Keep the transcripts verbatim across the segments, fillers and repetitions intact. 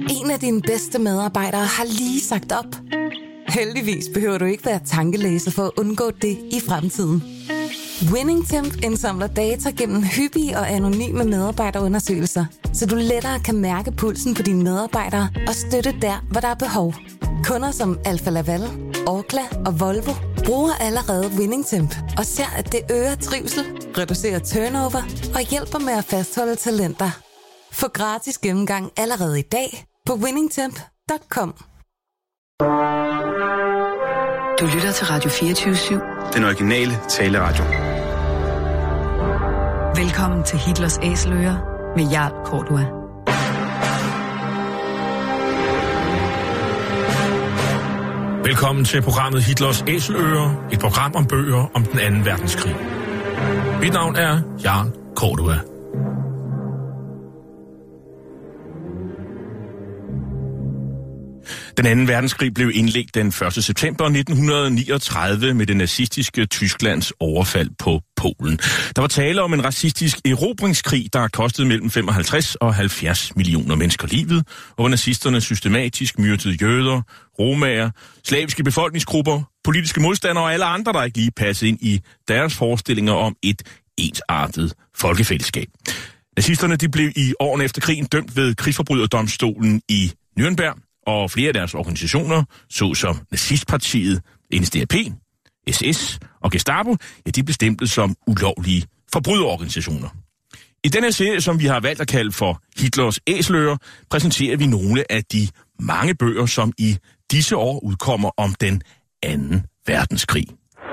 En af dine bedste medarbejdere har lige sagt op. Heldigvis behøver du ikke være tankelæser for at undgå det i fremtiden. WinningTemp indsamler data gennem hyppige og anonyme medarbejderundersøgelser, så du lettere kan mærke pulsen på dine medarbejdere og støtte der, hvor der er behov. Kunder som Alfa Laval, Orkla og Volvo bruger allerede WinningTemp og ser, at det øger trivsel, reducerer turnover og hjælper med at fastholde talenter. Få gratis gennemgang allerede i dag på winningtemp punktum com. Du lytter til Radio fireogtyve syv. Den originale taleradio. Velkommen til Hitlers Æseløer med Jarl Cordua. Velkommen til programmet Hitlers Æseløer, et program om bøger om den anden verdenskrig. Mit navn er Jarl Cordua. Den anden verdenskrig blev indledt den første september nitten niogtredive med det nazistiske Tysklands overfald på Polen. Der var tale om en racistisk erobringskrig, der kostede mellem femoghalvtreds og halvfjerds millioner mennesker livet, og hvor nazisterne systematisk myrdede jøder, romaer, slaviske befolkningsgrupper, politiske modstandere og alle andre, der ikke lige passede ind i deres forestillinger om et ensartet folkefællesskab. Nazisterne de blev i årene efter krigen dømt ved krigsforbryderdomstolen i Nürnberg, og flere af deres organisationer, såsom nazistpartiet N S D A P, S S og Gestapo, ja, de blev stemplet som ulovlige forbryderorganisationer. I denne serie, som vi har valgt at kalde for Hitlers Æseløer, præsenterer vi nogle af de mange bøger, som i disse år udkommer om den anden verdenskrig.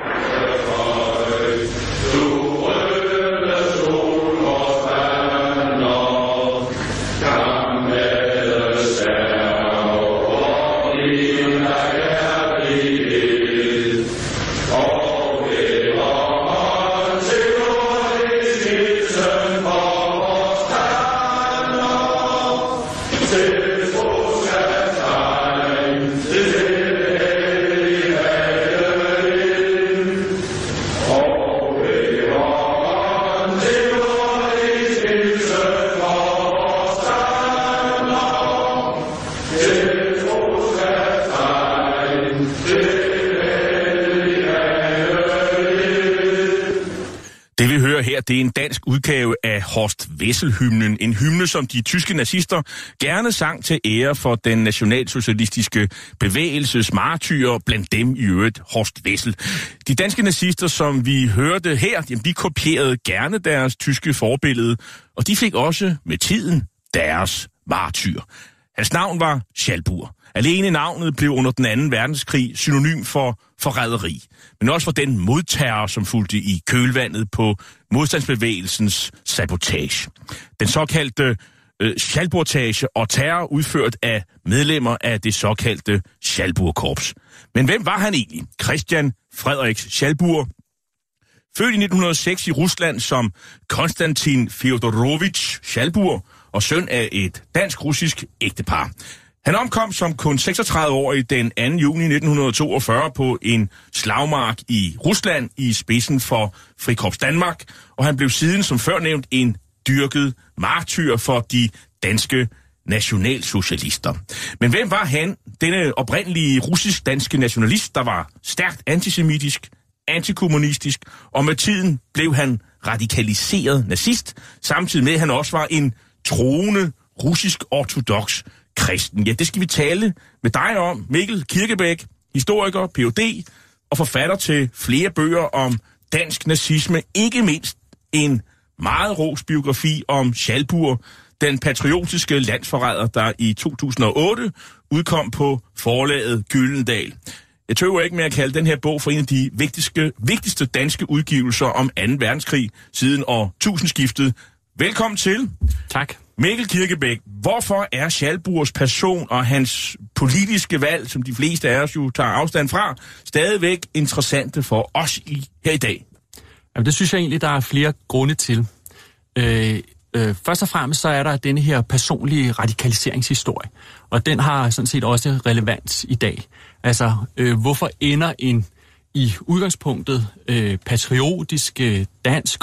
Her, det er en dansk udgave af Horst Wessel-hymnen. En hymne, som de tyske nazister gerne sang til ære for den nationalsocialistiske bevægelses martyrer, blandt dem i øvrigt Horst Wessel. De danske nazister, som vi hørte her, jamen, de kopierede gerne deres tyske forbillede, og de fik også med tiden deres martyr. Hans navn var Schalburg. Alene navnet blev under den anden verdenskrig synonym for forræderi, men også for den modterror, som fulgte i kølvandet på modstandsbevægelsens sabotage. Den såkaldte øh, Schalburgtage og terror udført af medlemmer af det såkaldte Schalburgkorps. Men hvem var han egentlig? Christian Frederik Schalburg, født i nitten hundrede og seks i Rusland som Konstantin Fyodorovich Schalburg og søn af et dansk-russisk ægtepar. Han omkom som kun seksogtredive-årig den anden juni nitten toogfyrre på en slagmark i Rusland i spidsen for Frikorps Danmark, og han blev siden som før nævnt en dyrket martyr for de danske nationalsocialister. Men hvem var han, denne oprindelige russisk-danske nationalist, der var stærkt antisemitisk, antikommunistisk, og med tiden blev han radikaliseret nazist, samtidig med at han også var en troende russisk-ortodoks kristen. Ja, det skal vi tale med dig om. Mikkel Kirkebæk, historiker, P H D og forfatter til flere bøger om dansk nazisme. Ikke mindst en meget ros biografi om Schalburg, den patriotiske landsforræder, der i to tusind og otte udkom på forlaget Gyldendal. Jeg tøver ikke med at kalde den her bog for en af de vigtigste, vigtigste danske udgivelser om anden verdenskrig siden år tusindskiftet. Velkommen til. Tak. Mikkel Kirkebæk, hvorfor er Schalburgs person og hans politiske valg, som de fleste af os jo tager afstand fra, stadigvæk interessante for os i, her i dag? Jamen, det synes jeg egentlig, der er flere grunde til. Øh, øh, først og fremmest så er der denne her personlige radikaliseringshistorie, og den har sådan set også relevans i dag. Altså, øh, hvorfor ender en i udgangspunktet øh, patriotisk, øh, dansk og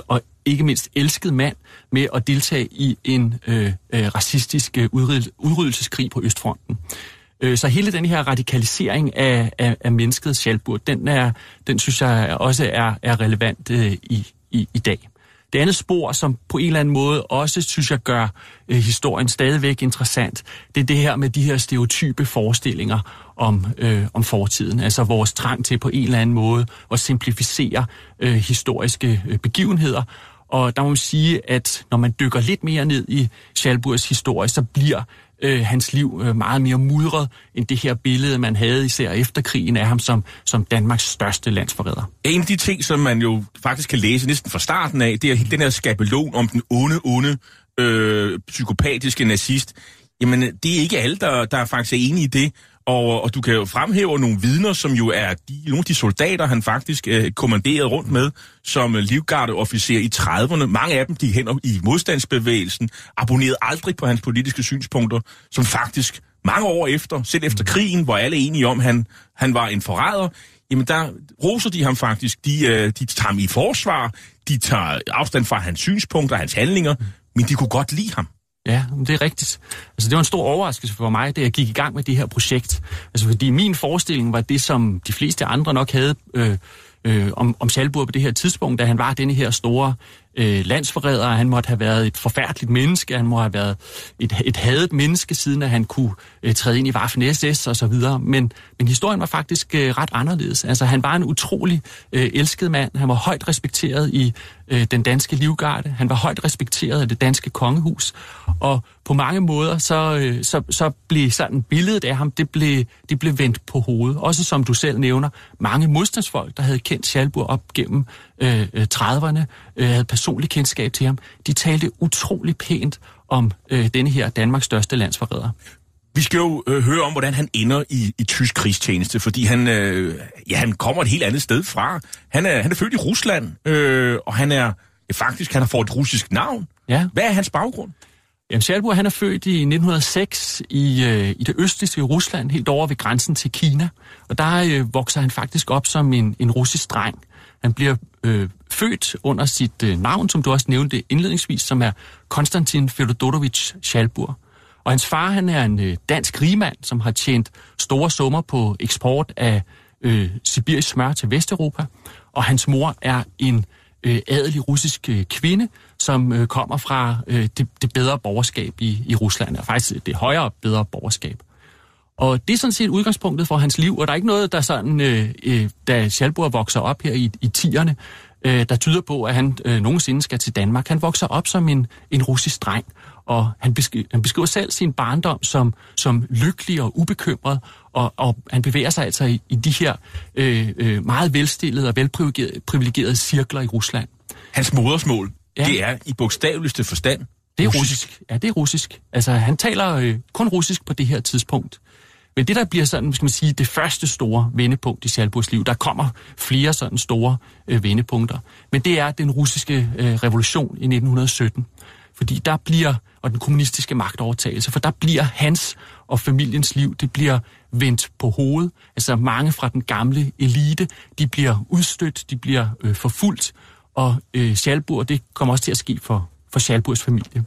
ikke mindst elsket mand med at deltage i en øh, øh, racistisk øh, udryddelseskrig på Østfronten. Øh, så hele den her radikalisering af, af, af mennesket Schalburg, den, er, den synes jeg også er, er relevant øh, i, i, i dag. Det andet spor, som på en eller anden måde også, synes jeg, gør øh, historien stadigvæk interessant, det er det her med de her stereotype forestillinger om, øh, om fortiden. Altså vores trang til på en eller anden måde at simplificere øh, historiske øh, begivenheder. Og der må man sige, at når man dykker lidt mere ned i Schalburgs historie, så bliver øh, hans liv øh, meget mere mudret end det her billede, man havde især efter krigen af ham som, som Danmarks største landsforræder. En af de ting, som man jo faktisk kan læse næsten fra starten af, det er den her skabelon om den onde, onde, øh, psykopatiske nazist. Jamen, det er ikke alle, der, der faktisk er enige i det. Og, og du kan jo fremhæve nogle vidner, som jo er de, nogle af de soldater, han faktisk øh, kommanderede rundt med, som livgardeofficer i trediverne. Mange af dem, de hen i modstandsbevægelsen, abonnerede aldrig på hans politiske synspunkter, som faktisk mange år efter, selv efter krigen, hvor alle er enige om, han han var en forræder, jamen der roser de ham faktisk. De, øh, de tager ham i forsvar, de tager afstand fra hans synspunkter, hans handlinger, men de kunne godt lide ham. Ja, det er rigtigt. Altså, det var en stor overraskelse for mig, da jeg gik i gang med det her projekt. Altså, fordi min forestilling var det, som de fleste andre nok havde øh, øh, om, om Schalburg på det her tidspunkt, da han var denne her store øh, landsforræder. Han måtte have været et forfærdeligt menneske, han må have været et, et hadet menneske, siden at han kunne øh, træde ind i Waffen S S og så videre. Men, men historien var faktisk øh, ret anderledes. Altså, han var en utrolig øh, elsket mand. Han var højt respekteret i øh, den danske livgarde. Han var højt respekteret af det danske kongehus. Og på mange måder, så, øh, så, så blev sådan billedet af ham, det blev, det blev vendt på hovedet. Også som du selv nævner, mange modstandsfolk, der havde kendt Schalburg op gennem øh, trediverne, øh, havde personlig kendskab til ham. De talte utrolig pænt om øh, denne her Danmarks største landsforræder. Vi skal jo øh, høre om, hvordan han ender i, i tysk krigstjeneste, fordi han, øh, ja, han kommer et helt andet sted fra. Han er, han er født i Rusland, øh, og han er ja, faktisk han har fået et russisk navn. Ja. Hvad er hans baggrund? Jamen, Schalburg, han er født i nitten hundrede og seks i, øh, i det østlige Rusland, helt over ved grænsen til Kina. Og der øh, vokser han faktisk op som en, en russisk dreng. Han bliver øh, født under sit øh, navn, som du også nævnte indledningsvis, som er Konstantin Fedorovich Schalburg. Og hans far, han er en øh, dansk rigmand, som har tjent store summer på eksport af øh, sibirisk smør til Vesteuropa. Og hans mor er en øh, adelig russisk øh, kvinde, som øh, kommer fra øh, det, det bedre borgerskab i, i Rusland, og faktisk det højere bedre borgerskab. Og det er sådan set udgangspunktet for hans liv, og der er ikke noget, der sådan, øh, øh, da Schalburg vokser op her i, i tierne, øh, der tyder på, at han øh, nogensinde skal til Danmark. Han vokser op som en, en russisk dreng, og han beskriver, han beskriver selv sin barndom som, som lykkelig og ubekymret, og, og han bevæger sig altså i, i de her øh, øh, meget velstillede og velprivilegerede cirkler i Rusland. Hans modersmål, ja. Det er i bogstaveligste forstand det er russisk. russisk. Ja, det er russisk. Altså, han taler øh, kun russisk på det her tidspunkt. Men det, der bliver sådan, skal man sige, det første store vendepunkt i Schalburgs liv, der kommer flere sådan store øh, vendepunkter. Men det er den russiske øh, revolution i nitten sytten. Fordi der bliver, og den kommunistiske magtovertagelse, for der bliver hans og familiens liv, det bliver vendt på hovedet. Altså mange fra den gamle elite, de bliver udstødt, de bliver øh, forfulgt, og øh, Schalburg, det kommer også til at ske for, for Schalburgs familie.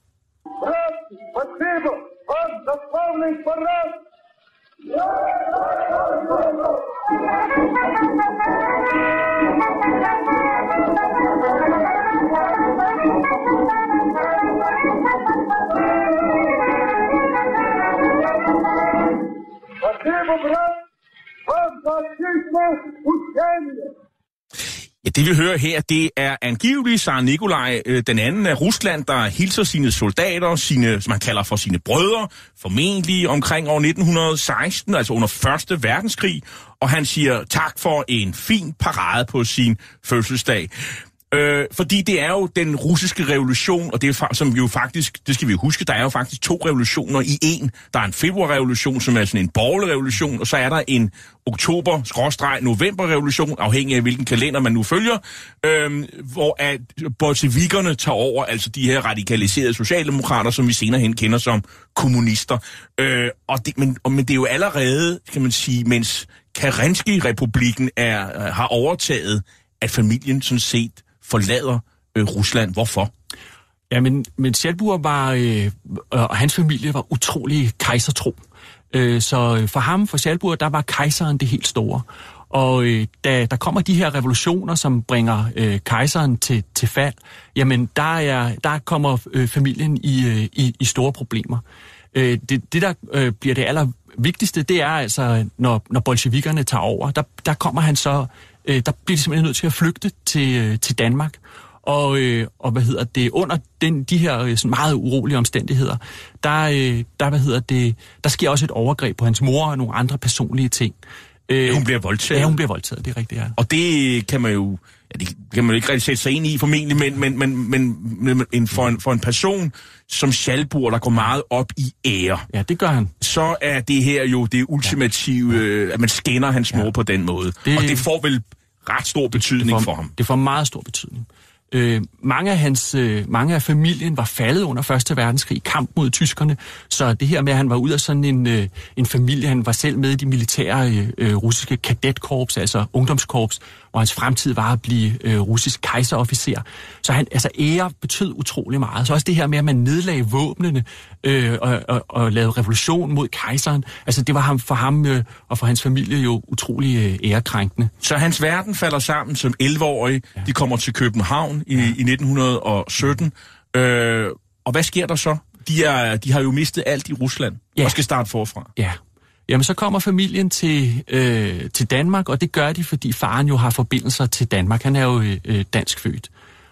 Ja, det vi hører her, det er angiveligt Tsar Nikolaj øh, den anden af Rusland, der hilser sine soldater, sine, som man kalder for sine brødre, formentlig omkring år nitten seksten, altså under første verdenskrig, og han siger tak for en fin parade på sin fødselsdag. Øh, fordi det er jo den russiske revolution, og det er som jo faktisk, det skal vi jo huske, der er jo faktisk to revolutioner i en. Der er en februarrevolution, som er sådan en borgerlig revolution, og så er der en oktober-november-revolution, afhængig af hvilken kalender man nu følger, øh, hvor at bolsjevikkerne tager over, altså de her radikaliserede socialdemokrater, som vi senere hen kender som kommunister. Øh, og det, men, men det er jo allerede, kan man sige, mens Kerensky-republikken er, har overtaget, at familien sådan set forlader øh, Rusland. Hvorfor? Ja, men, men Schalburg var, øh, og hans familie var utrolig kejsertro. Øh, så for ham, for Schalburg, der var kejseren det helt store. Og øh, da der kommer de her revolutioner, som bringer øh, kejseren til, til fald, jamen der, er, der kommer øh, familien i, øh, i, i store problemer. Øh, det, det, der øh, bliver det allervigtigste, det er altså, når, når bolsjevikkerne tager over, der, der kommer han så, øh, der bliver de simpelthen nødt til at flygte til, øh, til Danmark. Og, øh, og hvad hedder det, under den, de her øh, sådan meget urolige omstændigheder, der, øh, der, hvad hedder det, der sker også et overgreb på hans mor og nogle andre personlige ting. Øh, hun bliver voldtaget. Ja, hun bliver voldtaget, det er rigtigt, ja. Og det kan man jo, ja, det kan man jo ikke rigtig sætte sig ind i formentlig, men, men, men, men, men en, for, en, for en person som Schalburg, der går meget op i ære. Ja, det gør han. Så er det her jo det ultimative, ja. øh, at man skænder hans mor ja. på den måde. Det, og det får vel ret stor betydning det får, for ham. Det får meget stor betydning. Øh, mange af hans, øh, mange af familien var faldet under første verdenskrig, kamp mod tyskerne, så det her med, at han var ud af sådan en, øh, en familie, han var selv med i de militære øh, russiske kadetkorps, altså ungdomskorps, hvor hans fremtid var at blive øh, russisk kejserofficer. Så han, altså ære betød utrolig meget. Så også det her med, at man nedlagde våbnene øh, og, og, og lavede revolution mod kejseren, altså det var ham, for ham øh, og for hans familie jo utrolig øh, ærekrænkende. Så hans verden falder sammen som elleve-årig. Ja. De kommer til København i, ja. i nitten sytten. Øh, og hvad sker der så? De, er, de har jo mistet alt i Rusland ja. og skal starte forfra. Ja. Jamen, så kommer familien til, øh, til Danmark, og det gør de, fordi faren jo har forbindelser til Danmark. Han er jo øh, dansk født.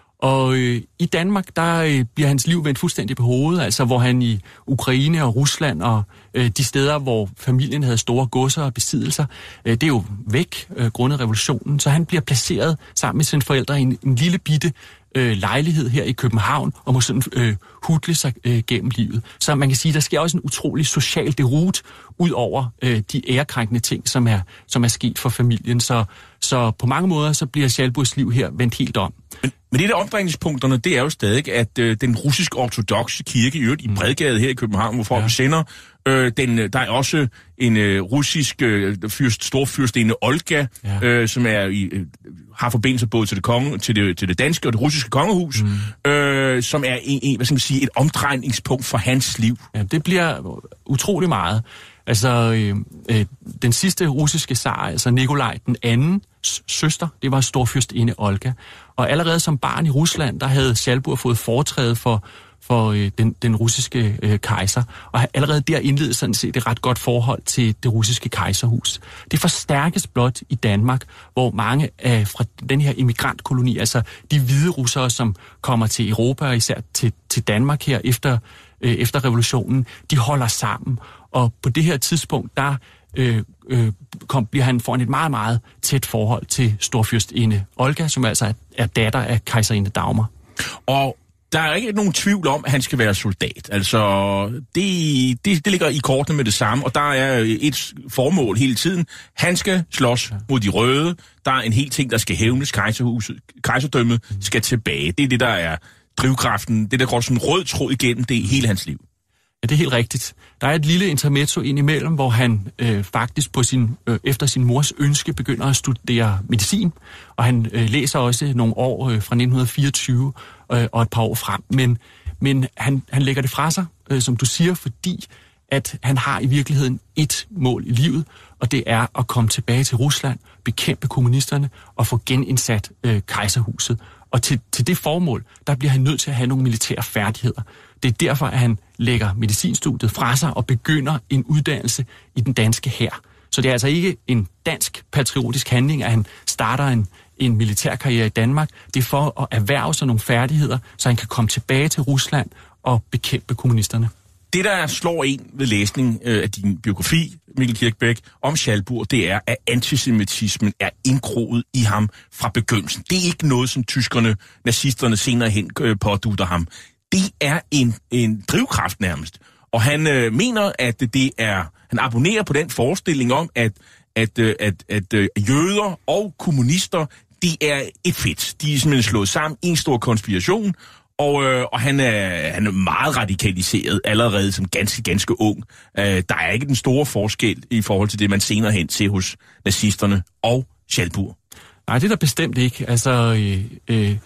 Og øh, i Danmark, der øh, bliver hans liv vendt fuldstændig på hovedet, altså hvor han i Ukraine og Rusland og øh, de steder, hvor familien havde store godser og besiddelser, øh, det er jo væk øh, grundet revolutionen, så han bliver placeret sammen med sine forældre i en, en lille bitte øh, lejlighed her i København, og må sådan øh, hudle sig øh, gennem livet. Så man kan sige, der sker også en utrolig social deroute ud over øh, de ærekrænkende ting, som er, som er sket for familien. Så, så på mange måder, så bliver Schalburgs liv her vendt helt om. Men, men det der omdrejningspunkterne, det er jo stadig, at øh, den russisk-ortodoxe kirke i øvrigt i Bredgade her i København, hvor folk ja. sender, øh, den, der er også en øh, russisk øh, fyrst, storfyrstinde Olga, ja. øh, som er i, øh, har forbindelse både til det, konge, til, det, til det danske og det russiske kongehus, mm. øh, som er en, en, hvad skal man sige, et omdrejningspunkt for hans liv. Ja, det bliver utrolig meget. Altså, øh, øh, den sidste russiske zar, altså Nikolaj den anden søster, det var storfyrstinde Olga. Og allerede som barn i Rusland, der havde Schalburg fået foretræde for, for øh, den, den russiske øh, kejser. Og allerede der indledte sådan set et ret godt forhold til det russiske kejserhus. Det forstærkes blot i Danmark, hvor mange af fra den her immigrantkoloni, altså de hvide russere, som kommer til Europa og især til, til Danmark her efter, øh, efter revolutionen, de holder sammen. Og på det her tidspunkt, der øh, øh, kom, bliver han foran et meget, meget tæt forhold til storfyrstinde Olga, som altså er, er datter af kejserinde Dagmar. Og der er ikke nogen tvivl om, at han skal være soldat. Altså, det, det, det ligger i kortene med det samme, og der er et formål hele tiden. Han skal slås ja. mod de røde. Der er en hel ting, der skal hævnes. Kejserhuset, kejserdømmet mm. skal tilbage. Det er det, der er drivkraften. Det, der går sådan en rød tråd igennem, det er hele hans liv. Ja, det er helt rigtigt. Der er et lille intermezzo indimellem, hvor han øh, faktisk på sin, øh, efter sin mors ønske begynder at studere medicin, og han øh, læser også nogle år øh, fra nitten fireogtyve øh, og et par år frem. Men, men han, han lægger det fra sig, øh, som du siger, fordi at han har i virkeligheden et mål i livet, og det er at komme tilbage til Rusland, bekæmpe kommunisterne og få genindsat øh, kejserhuset. Og til, til det formål, der bliver han nødt til at have nogle militære færdigheder. Det er derfor, at han lægger medicinstudiet fra sig og begynder en uddannelse i den danske hær. Så det er altså ikke en dansk patriotisk handling, at han starter en, en militærkarriere i Danmark. Det er for at erhverve sig nogle færdigheder, så han kan komme tilbage til Rusland og bekæmpe kommunisterne. Det, der slår en ved læsning øh, af din biografi, Mikkel Kirkbæk, om Schalburg, det er, at antisemitismen er indgroet i ham fra begyndelsen. Det er ikke noget, som tyskerne, nazisterne senere hen øh, pådutter ham. Det er en, en drivkraft nærmest. Og han øh, mener, at det er, han abonnerer på den forestilling om, at, at, at, at, at øh, jøder og kommunister, det er et fedt. De er simpelthen slået sammen i en stor konspiration, og, øh, og han, er, han er meget radikaliseret allerede som ganske, ganske ung. Øh, der er ikke den store forskel i forhold til det, man senere hen ser hos nazisterne og Schalburg. Nej, det er der bestemt ikke. Altså, øh, øh,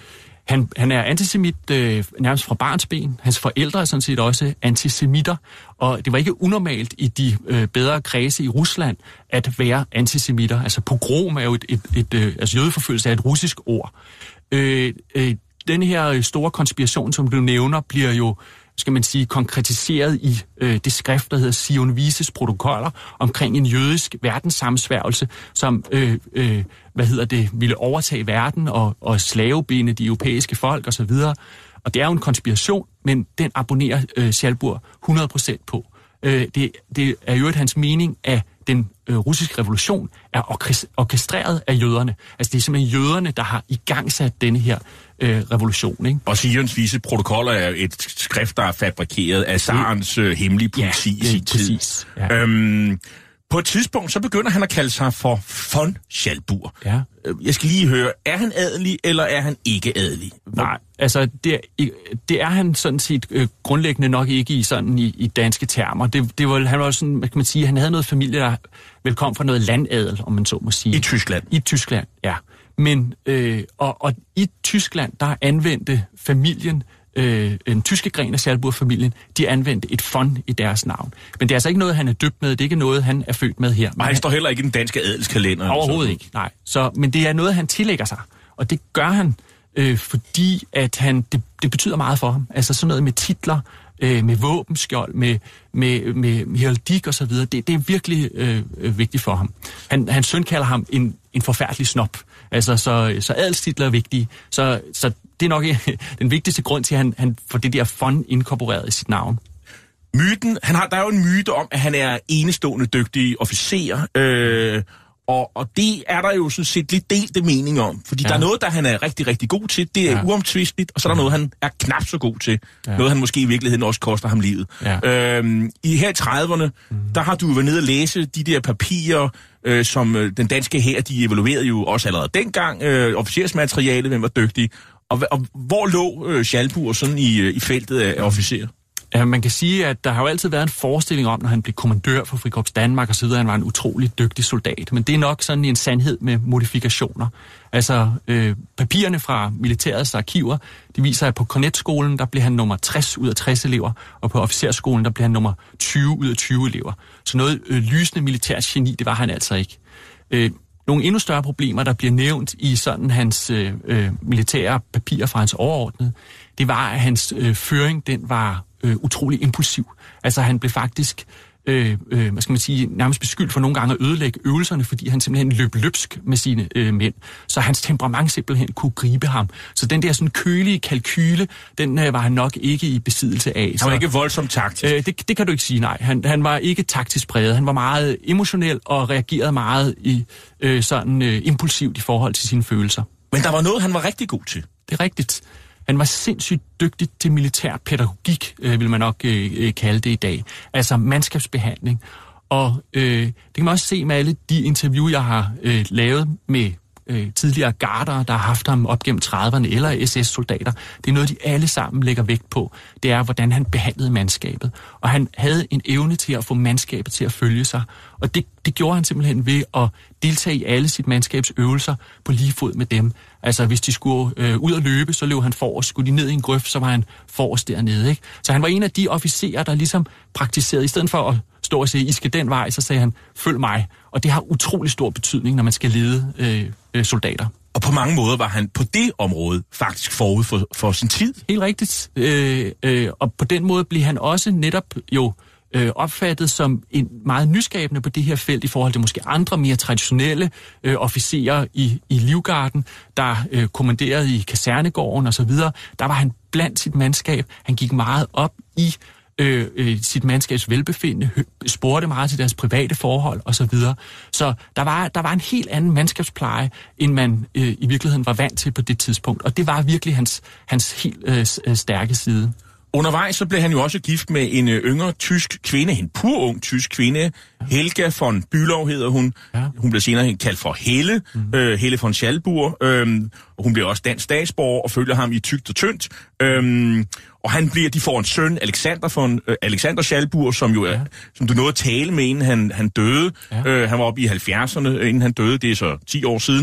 Han, han er antisemit øh, nærmest fra barnsben. Hans forældre er sådan set også antisemitter, og det var ikke unormalt i de øh, bedre kredse i Rusland at være antisemitter. Altså pogrom er jo et, et, et, et altså jødeforfølgelse er et russisk ord. Øh, øh, den her store konspiration, som du nævner, bliver jo, skal man sige, konkretiseret i øh, det skrift, der hedder Sion Vises protokoller omkring en jødisk verdenssammensværgelse, som øh, øh, hvad hedder det, ville overtage verden og, og slavebinde de europæiske folk osv. Og det er jo en konspiration, men den abonnerer øh, Schalburg hundrede procent på. Øh, det, det er jo et hans mening, at den øh, russiske revolution er orkestreret af jøderne. Altså det er simpelthen jøderne, der har igangsat denne her øh, revolution. Ikke? Og Sions Vise protokoller er et skrift, der er fabrikeret af zarens øh, hemmelige politi ja, i sin tid. Ja. Øhm, på et tidspunkt, så begynder han at kalde sig for von Schalburg. Ja. Jeg skal lige høre, er han adelig, eller er han ikke adelig? Hvor... Nej, altså det, det er han sådan set øh, grundlæggende nok ikke i sådan i, i danske termer. Det, det var, han var sådan, hvad kan man sige, han havde noget familie, der vel kom fra noget landadel, om man så må sige. I Tyskland? I Tyskland, ja. Men, øh, og, og i Tyskland, der anvendte familien, øh, den tyske gren af Schalburg-familien, de anvendte et von i deres navn. Men det er altså ikke noget, han er døbt med, det er ikke noget, han er født med her. Men han står heller ikke i den danske adelskalender? Overhovedet ikke, nej. Så, men det er noget, han tillægger sig, og det gør han, øh, fordi at han, det, det betyder meget for ham. Altså sådan noget med titler, øh, med våbenskjold, med, med, med heraldik og så videre, det, det er virkelig øh, vigtigt for ham. Han, hans søn kalder ham en, en forfærdelig snop. Altså, så, så adelstitler er vigtige. Så, så det er nok den vigtigste grund til, at han, han får det der von inkorporeret i sit navn. Myten, han har, der er jo en myte om, at han er enestående dygtig officer, øh, og, og det er der jo sådan set lidt delte mening om. Fordi ja. Der er noget, der han er rigtig, rigtig god til, det er ja. uomtvisteligt, og så er der ja. noget, han er knap så god til. Ja. Noget, han måske i virkeligheden også koster ham livet. Ja. Øhm, i her i trediverne, mm. der har du været nede og læse de der papirer, øh, som øh, den danske hær, de evaluerede jo også allerede dengang, øh, officersmateriale, hvem var dygtig. Og, og hvor lå øh, Schalburg sådan i, øh, i feltet af officerer? Ja, man kan sige, at der har jo altid været en forestilling om, når han blev kommandør for Frikorps Danmark og så videre, han var en utrolig dygtig soldat. Men det er nok sådan en sandhed med modifikationer. Altså, øh, papirerne fra militærets arkiver, de viser, at på kornetskolen, der blev han nummer tres ud af tres elever, og på officerskolen, der blev han nummer tyve ud af tyve elever. Så noget øh, lysende militært geni, det var han altså ikke. Øh, Nogle endnu større problemer, der bliver nævnt i sådan hans øh, øh, militære papirer fra hans overordnede, det var, at hans øh, føring, den var øh, utrolig impulsiv. Altså han blev faktisk, øh, øh, hvad skal man sige, nærmest beskyldt for nogle gange at ødelægge øvelserne, fordi han simpelthen løb løbsk med sine øh, mænd. Så hans temperament simpelthen kunne gribe ham. Så den der sådan kølige kalkyle, den øh, var han nok ikke i besiddelse af. Han var så, ikke voldsomt taktisk? Øh, det, det kan du ikke sige, nej. Han, han var ikke taktisk præget. Han var meget emotionel og reagerede meget i, øh, sådan øh, impulsivt i forhold til sine følelser. Men der var noget, han var rigtig god til. Det er rigtigt. Han var sindssygt dygtig til militær pædagogik, øh, vil man nok øh, kalde det i dag. Altså mandskabsbehandling. Og øh, det kan man også se med alle de interview, jeg har øh, lavet med øh, tidligere garder, der har haft ham op gennem trediverne, eller S S-soldater. Det er noget, de alle sammen lægger vægt på. Det er, hvordan han behandlede mandskabet. Og han havde en evne til at få mandskabet til at følge sig. Og det, det gjorde han simpelthen ved at deltage i alle sit mandskabs øvelser på lige fod med dem. Altså, hvis de skulle øh, ud og løbe, så løb han forrest. Skulle de ned i en grøft, så var han forrest dernede, ikke? Så han var en af de officerer, der ligesom praktiserede, i stedet for at stå og sige, I skal den vej, så sagde han, følg mig. Og det har utrolig stor betydning, når man skal lede øh, øh, soldater. Og på mange måder var han på det område faktisk forud for, for sin tid. Helt rigtigt. Øh, øh, og på den måde blev han også netop jo øh, opfattet som en meget nyskabende på det her felt i forhold til måske andre mere traditionelle øh, officerer i, i Livgarden, der øh, kommanderede i kasernegården og så videre. Der var han blandt sit mandskab. Han gik meget op i øh, øh, sit mandskabs velbefindende, spurgte meget til deres private forhold og så videre. Så der var, der var en helt anden mandskabspleje, end man øh, i virkeligheden var vant til på det tidspunkt. Og det var virkelig hans, hans helt øh, stærke side. Undervejs så blev han jo også gift med en yngre tysk kvinde, en pur ung tysk kvinde, Helga von Bülow hedder hun. Ja. Hun blev senere kaldt for Helle, mm. øh, Helle von Schalburg, øhm, og hun bliver også dansk statsborger og følger ham i tykt og tyndt. Øhm, og han bliver, de får en søn, Alexander von øh, Alexander Schalburg, som jo er, ja. som du nåede at tale med, inden han, han døde. Ja. Øh, han var oppe i halvfjerdserne, inden han døde, det er så ti år siden.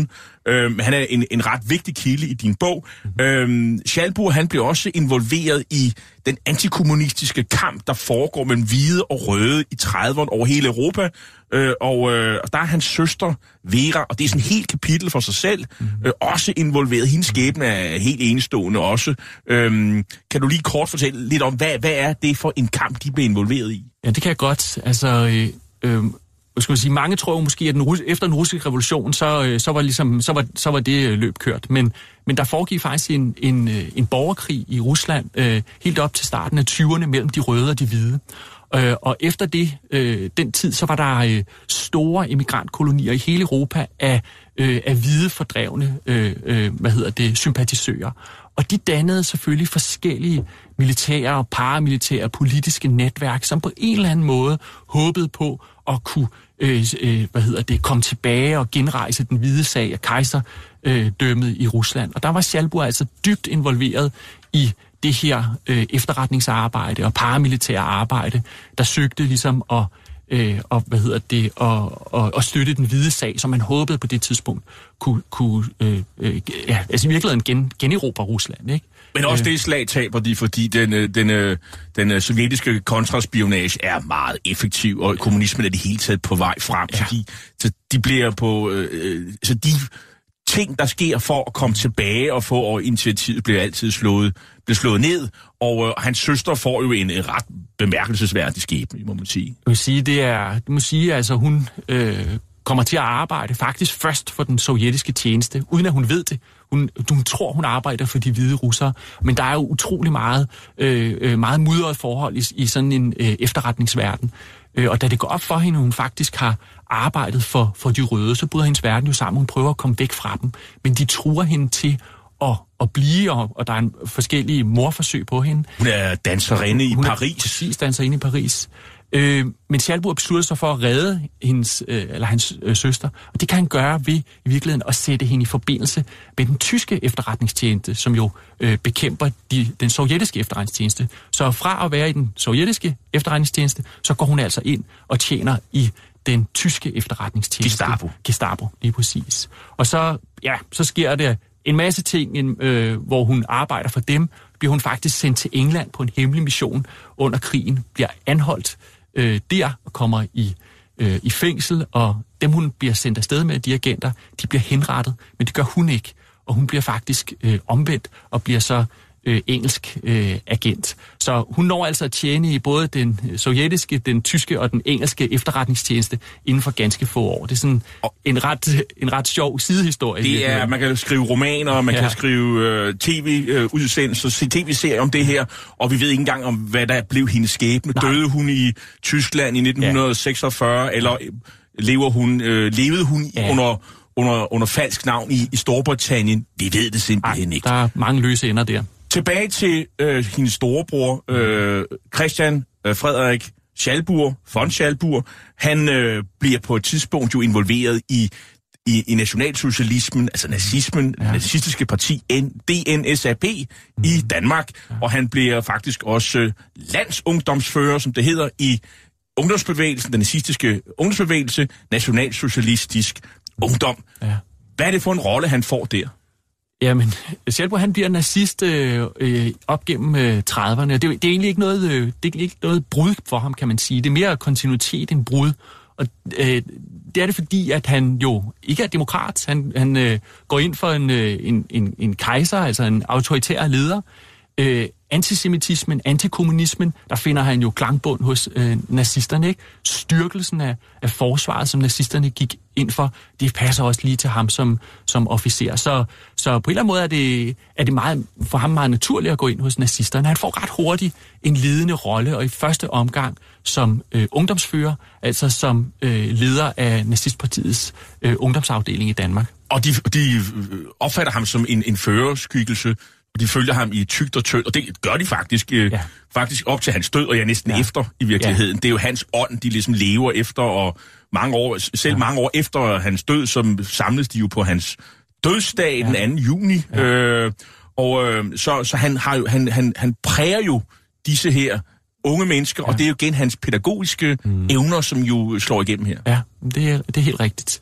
Øh, han er en, en ret vigtig kilde i din bog. Mm-hmm. Øh, Schalburg, han blev også involveret i den antikommunistiske kamp, der foregår mellem hvide og røde i trediverne over hele Europa. Øh, og, øh, og der er hans søster, Vera, og det er sådan et helt kapitel for sig selv, mm-hmm. øh, også involveret. Hendes skæbne er helt enestående også. Øh, kan du lige kort fortælle lidt om, hvad, hvad er det for en kamp, de blev involveret i? Ja, det kan jeg godt. Altså... Øh, øh... Skal man sige, mange tror jo måske, at den, efter den russiske revolution, så, så, var ligesom, så, var, så var det løb kørt. Men, men der foregik faktisk en, en, en borgerkrig i Rusland øh, helt op til starten af tyverne mellem de røde og de hvide. Øh, og efter det, øh, den tid, så var der øh, store emigrantkolonier i hele Europa af, øh, af hvide fordrevne øh, øh, hvad hedder det, sympatisører. Og de dannede selvfølgelig forskellige militære og paramilitære politiske netværk, som på en eller anden måde håbede på at kunne øh, øh, hvad hedder det, komme tilbage og genrejse den hvide sag af kejserdømmet øh, i Rusland. Og der var Schalburg altså dybt involveret i det her øh, efterretningsarbejde og paramilitære arbejde, der søgte ligesom at øh, og, hvad hedder det, og, og, og støtte den hvide sag, som man håbede på det tidspunkt kunne, kunne øh, øh, ja, altså i virkeligheden gen, generobre Rusland, ikke? Men også det slag taber de, fordi den, den, den sovjetiske kontraspionage er meget effektiv, og kommunismen er det hele taget på vej frem. Ja. Så, de, så de bliver på... Øh, så de ting, der sker for at komme tilbage og få og initiativet, bliver altid slået, bliver slået ned, og øh, hans søster får jo en, en ret bemærkelsesværdig skæbne, må man sige. Jeg må sige, det er... Du må sige, altså hun... Øh kommer til at arbejde faktisk først for den sovjetiske tjeneste, uden at hun ved det. Hun, hun tror, hun arbejder for de hvide russere, men der er jo utrolig meget, øh, meget mudret forhold i, i sådan en øh, efterretningsverden. Øh, og da det går op for hende, hun faktisk har arbejdet for, for de røde, så bryder hendes verden jo sammen. Hun prøver at komme væk fra dem, men de truer hende til at, at blive, og, og der er en forskellige morforsøg på hende. Hun er danserinde i hun Paris. Er præcis danserinde i Paris. Øh, men Schalburg beslutter sig for at redde hendes, øh, eller hans øh, søster, og det kan han gøre ved i virkeligheden at sætte hende i forbindelse med den tyske efterretningstjeneste, som jo øh, bekæmper de, den sovjetiske efterretningstjeneste. Så fra at være i den sovjetiske efterretningstjeneste, så går hun altså ind og tjener i den tyske efterretningstjeneste. Gestapo. Gestapo, lige præcis. Og så, ja, så sker der en masse ting, øh, hvor hun arbejder for dem, bliver hun faktisk sendt til England på en hemmelig mission under krigen, bliver anholdt øh, der og kommer i, øh, i fængsel, og dem hun bliver sendt afsted med, de agenter, de bliver henrettet, men det gør hun ikke, og hun bliver faktisk øh, omvendt og bliver så øh, engelsk øh, agent. Så hun når altså at tjene i både den sovjetiske, den tyske og den engelske efterretningstjeneste inden for ganske få år. Det er sådan en ret, en ret sjov sidehistorie. Det er, man kan skrive romaner, man ja. kan skrive øh, tv-udsendelser, øh, tv-serier om det her, og vi ved ikke engang om, hvad der blev hendes skæbne. Nej. Døde hun i Tyskland i nitten seksogfyrre, ja. eller lever hun, øh, levede hun ja. under... Under, under falsk navn i, i Storbritannien? Vi ved det simpelthen Ej, ikke. Der er mange løse ender der. Tilbage til øh, hendes storebror, øh, Christian øh, Frederik Schalburg, von Schalburg. Han øh, bliver på et tidspunkt jo involveret i, i, i nationalsocialismen, altså nazismen, ja. nazistiske parti D N S A P mm. i Danmark. Ja. Og han bliver faktisk også øh, landsungdomsfører, som det hedder, i ungdomsbevægelsen, den nazistiske ungdomsbevægelse, nationalsocialistisk ungdom. Ja. Hvad er det for en rolle, han får der? Jamen, Schalburg, han bliver nazist øh, øh, op gennem øh, trediverne. Det, det er egentlig ikke noget, øh, det er ikke noget brud for ham, kan man sige. Det er mere kontinuitet end brud. Og øh, det er det fordi, at han jo ikke er demokrat. Han, han øh, går ind for en, øh, en, en, en kejser, altså en autoritær leder. Øh, antisemitismen, antikommunismen, der finder han jo klangbund hos øh, nazisterne, ikke? Styrkelsen af, af forsvaret, som nazisterne gik ind for, det passer også lige til ham som, som officer. Så, så på en eller anden måde er det, er det meget, for ham meget naturligt at gå ind hos nazisterne. Han får ret hurtigt en ledende rolle, og i første omgang som øh, ungdomsfører, altså som øh, leder af nazistpartiets øh, ungdomsafdeling i Danmark. Og de, de opfatter ham som en, en førerskikkelse, og de følger ham i tygt og tyndt, og det gør de faktisk, øh, ja. faktisk op til hans død, og ja, næsten ja. efter i virkeligheden. Ja. Det er jo hans ånd, de ligesom lever efter, og mange år, selv ja. mange år efter hans død, som samles de jo på hans dødsdag ja. den anden juni. Ja. Øh, og øh, så, så han, har jo, han, han, han præger jo disse her unge mennesker, ja. og det er jo igen hans pædagogiske mm. evner, som jo slår igennem her. Ja, det er, det er helt rigtigt.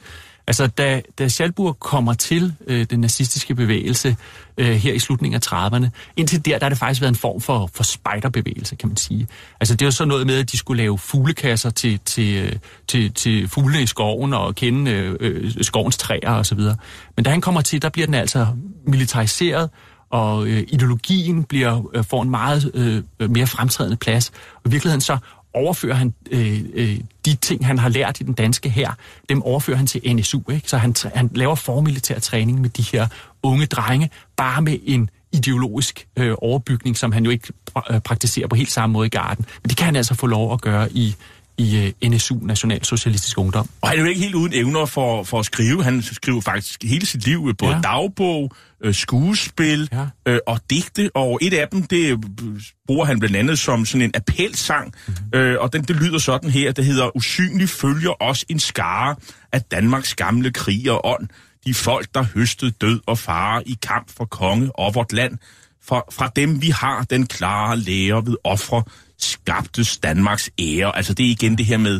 Altså, da, da Schalburg kommer til øh, den nazistiske bevægelse øh, her i slutningen af trediverne, indtil der, der har det faktisk været en form for, for spejderbevægelse, kan man sige. Altså, det er jo så noget med, at de skulle lave fuglekasser til, til, til, til fuglene i skoven og kende øh, skovens træer og så videre. Men da han kommer til, der bliver den altså militariseret, og øh, ideologien bliver, øh, får en meget øh, mere fremtrædende plads. Og i virkeligheden så overfører han øh, øh, de ting, han har lært i den danske hær, dem overfører han til N S U, ikke? Så han, han laver formilitær træning med de her unge drenge, bare med en ideologisk øh, overbygning, som han jo ikke øh, praktiserer på helt samme måde i Garden. Men det kan han altså få lov at gøre i i N S U, Nationalsocialistisk Ungdom. Og han er jo ikke helt uden evner for, for at skrive. Han skriver faktisk hele sit liv, både ja. dagbog, øh, skuespil ja. øh, og digte, og et af dem, det bruger han blandt andet som sådan en appelsang, mm-hmm. øh, og den, det lyder sådan her, det hedder: Usynlig følger os en skare af Danmarks gamle krig og ånd, de folk, der høstede død og fare i kamp for konge og vort land. For, fra dem vi har den klare lære ved ofre, skabtes Danmarks ære. Altså det er igen det her med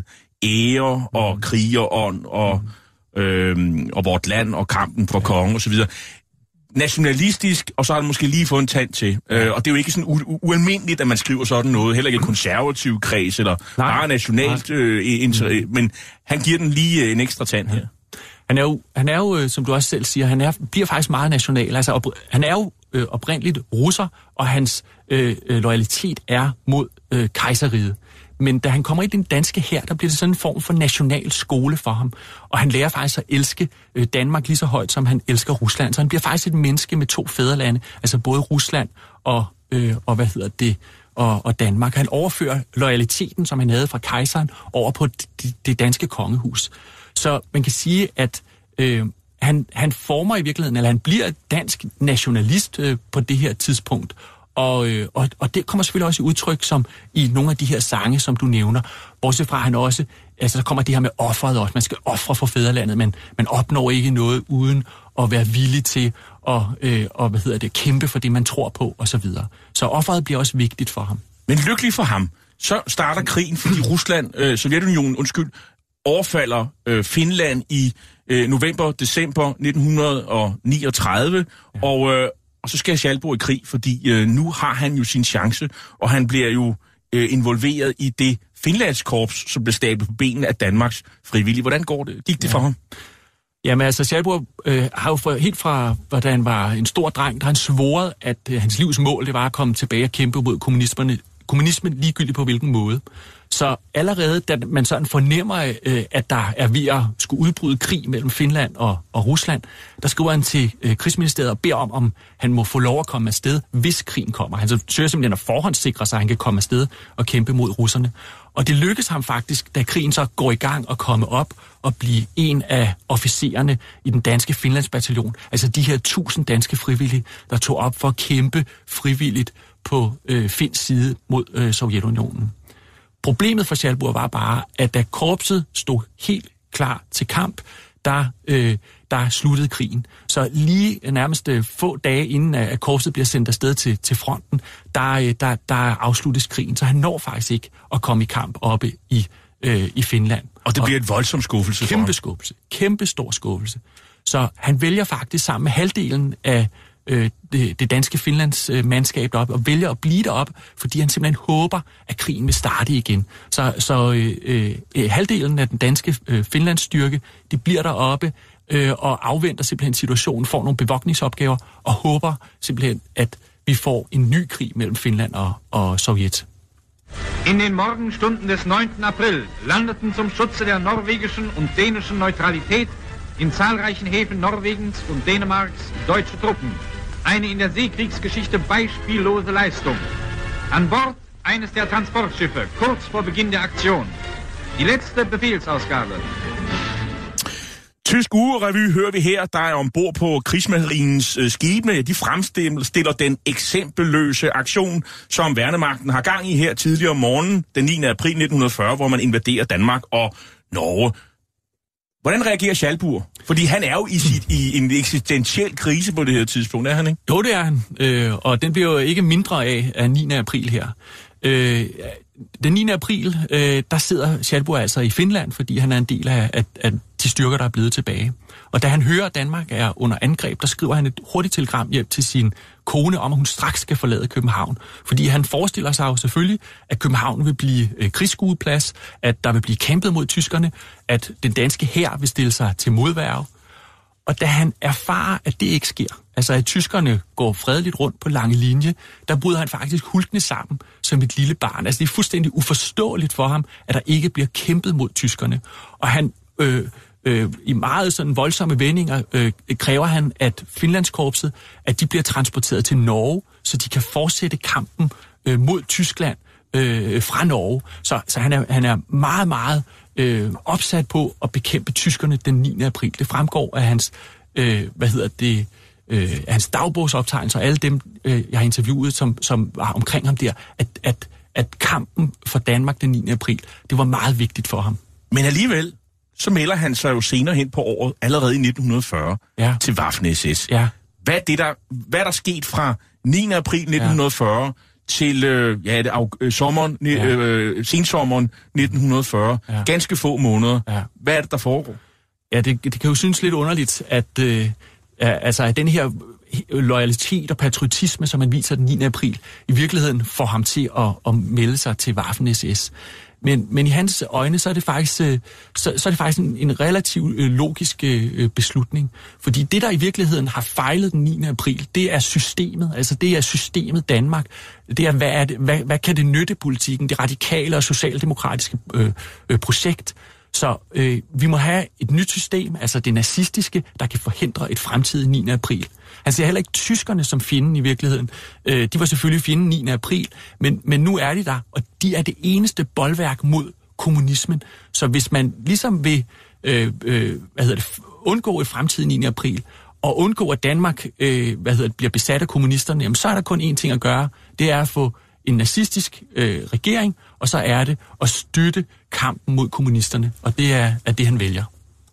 ære og krigerånd og, mm. øhm, og vort land og kampen for ja. konge osv. Nationalistisk, og så har han måske lige fået en tand til. Øh, og det er jo ikke sådan u- ualmindeligt, at man skriver sådan noget. Heller ikke et konservativ kreds, eller Nej. bare nationalt. Øh, inter- mm. Men han giver den lige en ekstra tand her. Han er jo, han er jo som du også selv siger, han er, bliver faktisk meget national. Altså, op, han er jo øh, oprindeligt russer, og hans øh, loyalitet er mod øh, kejseriget. Men da han kommer i den danske hær, der bliver det sådan en form for national skole for ham. Og han lærer faktisk at elske øh, Danmark lige så højt, som han elsker Rusland. Så han bliver faktisk et menneske med to fædrelande, altså både Rusland og, øh, og hvad hedder det, og, og Danmark. Han overfører loyaliteten, som han havde fra kejseren, over på det, det danske kongehus. Så man kan sige, at øh, han, han former i virkeligheden, eller han bliver dansk nationalist øh, på det her tidspunkt. Og, øh, og, og det kommer selvfølgelig også i udtryk som i nogle af de her sange, som du nævner. Bortset fra han også, altså der kommer det her med offeret også. Man skal ofre for fædrelandet, men man opnår ikke noget uden at være villig til at øh, og, hvad hedder det, kæmpe for det, man tror på osv. Så, så offeret bliver også vigtigt for ham. Men lykkelig for ham, så starter krigen, fordi Rusland, øh, Sovjetunionen, undskyld, overfalder øh, Finland i øh, november-december nitten niogtredive, ja. og, øh, og så skal Schalburg i krig, fordi øh, nu har han jo sin chance, og han bliver jo øh, involveret i det Finlandskorps, som blev stablet på benene af Danmarks frivillige. Hvordan går det? Gik det ja. for ham? Jamen altså, Schalburg øh, har jo fra, helt fra, hvordan han var en stor dreng, der han svoret, at øh, hans livs mål, det var at komme tilbage og kæmpe mod kommunismen, kommunismen ligegyldigt på hvilken måde. Så allerede, da man sådan fornemmer, øh, at der er ved at skulle udbryde krig mellem Finland og, og Rusland, der skriver han til øh, krigsministeriet og beder om, om han må få lov at komme afsted, hvis krigen kommer. Han så søger simpelthen at forhåndssikre sig, at han kan komme afsted og kæmpe mod russerne. Og det lykkes ham faktisk, da krigen så går i gang og komme op og blive en af officererne i den danske Finlandsbataljon. Altså de her tusind danske frivillige, der tog op for at kæmpe frivilligt på øh, Finns side mod øh, Sovjetunionen. Problemet for Schalburg var bare, at da korpset stod helt klar til kamp, der, øh, der sluttede krigen. Så lige nærmest få dage inden, at korpset bliver sendt afsted til, til fronten, der, der, der afsluttes krigen. Så han når faktisk ikke at komme i kamp oppe i, øh, i Finland. Og det bliver et voldsomt skuffelse for ham. Kæmpe skuffelse. Kæmpe stor skuffelse. Så han vælger faktisk sammen med halvdelen af øh, det, det danske Finlands øh, mandskab deroppe, og vælger at blive deroppe, fordi han simpelthen håber, at krigen vil starte igen. Så, så øh, øh, halvdelen af den danske øh, Finlands styrke, de bliver deroppe øh, og afventer simpelthen situationen, får nogle bevogtningsopgaver og håber simpelthen, at vi får en ny krig mellem Finland og, og Sovjet. In den Morgenstunden des neunten April landeten zum Schutze der norwegischen und dänischen Neutralität in zahlreichen Häfen Norwegens und Dänemarks deutsche Truppen. Eine in der Seekriegsgeschichte beispiellose Leistung. An Bord eines der Transportschiffe, kurz vor Beginn der Aktion. Die letzte Befehlsausgabe. Tysk ugerevy hører vi her, der er ombord på krigsmarinens øh, skibene. De fremstiller den eksempelløse aktion, som værnemagten har gang i her tidligere om morgenen, den niende april nitten fyrre, hvor man invaderer Danmark og Norge. Hvordan reagerer Schalburg? Fordi han er jo i, sit, i en eksistentiel krise på det her tidspunkt, er han ikke? Jo, det er han. Øh, og den bliver jo ikke mindre af, af niende april her. Øh, den niende april, øh, der sidder Schalburg altså i Finland, fordi han er en del af, af, af de styrker, der er blevet tilbage. Og da han hører, at Danmark er under angreb, der skriver han et hurtigt telegram hjem til sin kone om, at hun straks skal forlade København. Fordi han forestiller sig jo selvfølgelig, at København vil blive øh, krigsskueplads, at der vil blive kæmpet mod tyskerne, at den danske hær vil stille sig til modværge. Og da han erfarer, at det ikke sker, altså at tyskerne går fredeligt rundt på lange linje, der bryder han faktisk hulkende sammen som et lille barn. Altså det er fuldstændig uforståeligt for ham, at der ikke bliver kæmpet mod tyskerne. Og han øh, øh, i meget sådan voldsomme vendinger øh, kræver han, at Finlandskorpset, at de bliver transporteret til Norge, så de kan fortsætte kampen øh, mod Tyskland øh, fra Norge. Så, så han, er, han er meget, meget øh, opsat på at bekæmpe tyskerne den niende april. Det fremgår af hans, øh, hvad hedder det, øh, hans dagbogsoptegnelser, og alle dem, øh, jeg har interviewet, som, som var omkring ham der, at, at, at kampen for Danmark den niende april, det var meget vigtigt for ham. Men alligevel, så melder han sig jo senere hen på året, allerede i nitten fyrre, ja. til Waffen-S S. Ja. Hvad er det der, hvad er der sket fra niende april nitten fyrre ja. til øh, ja, det, øh, sommeren, ja. øh, sensommeren nitten fyrre? Ja. Ganske få måneder. Ja. Hvad er det, der foregår? Ja, det, det kan jo synes lidt underligt, at, øh, altså, at den her loyalitet og patriotisme, som man viser den niende april, i virkeligheden får ham til at, at melde sig til Waffen-S S. Men, men i hans øjne, så er det faktisk, så, så er det faktisk en, en relativt logisk øh, beslutning. Fordi det, der i virkeligheden har fejlet den niende april, det er systemet. Altså det er systemet Danmark. Det er, hvad, er det, hvad, hvad kan det nytte politikken, det radikale og socialdemokratiske øh, øh, projekt. Så øh, vi må have et nyt system, altså det nazistiske, der kan forhindre et fremtidigt niende april. Han ser heller ikke tyskerne som fjenden i virkeligheden. Øh, de var selvfølgelig fjenden niende april, men, men nu er de der, og de er det eneste bolværk mod kommunismen. Så hvis man ligesom vil øh, øh, hvad hedder det, undgå et fremtidigt niende april, og undgå at Danmark øh, hvad hedder det, bliver besat af kommunisterne, jamen, så er der kun én ting at gøre. Det er at få en nazistisk øh, regering, og så er det at støtte kampen mod kommunisterne, og det er, er det, han vælger.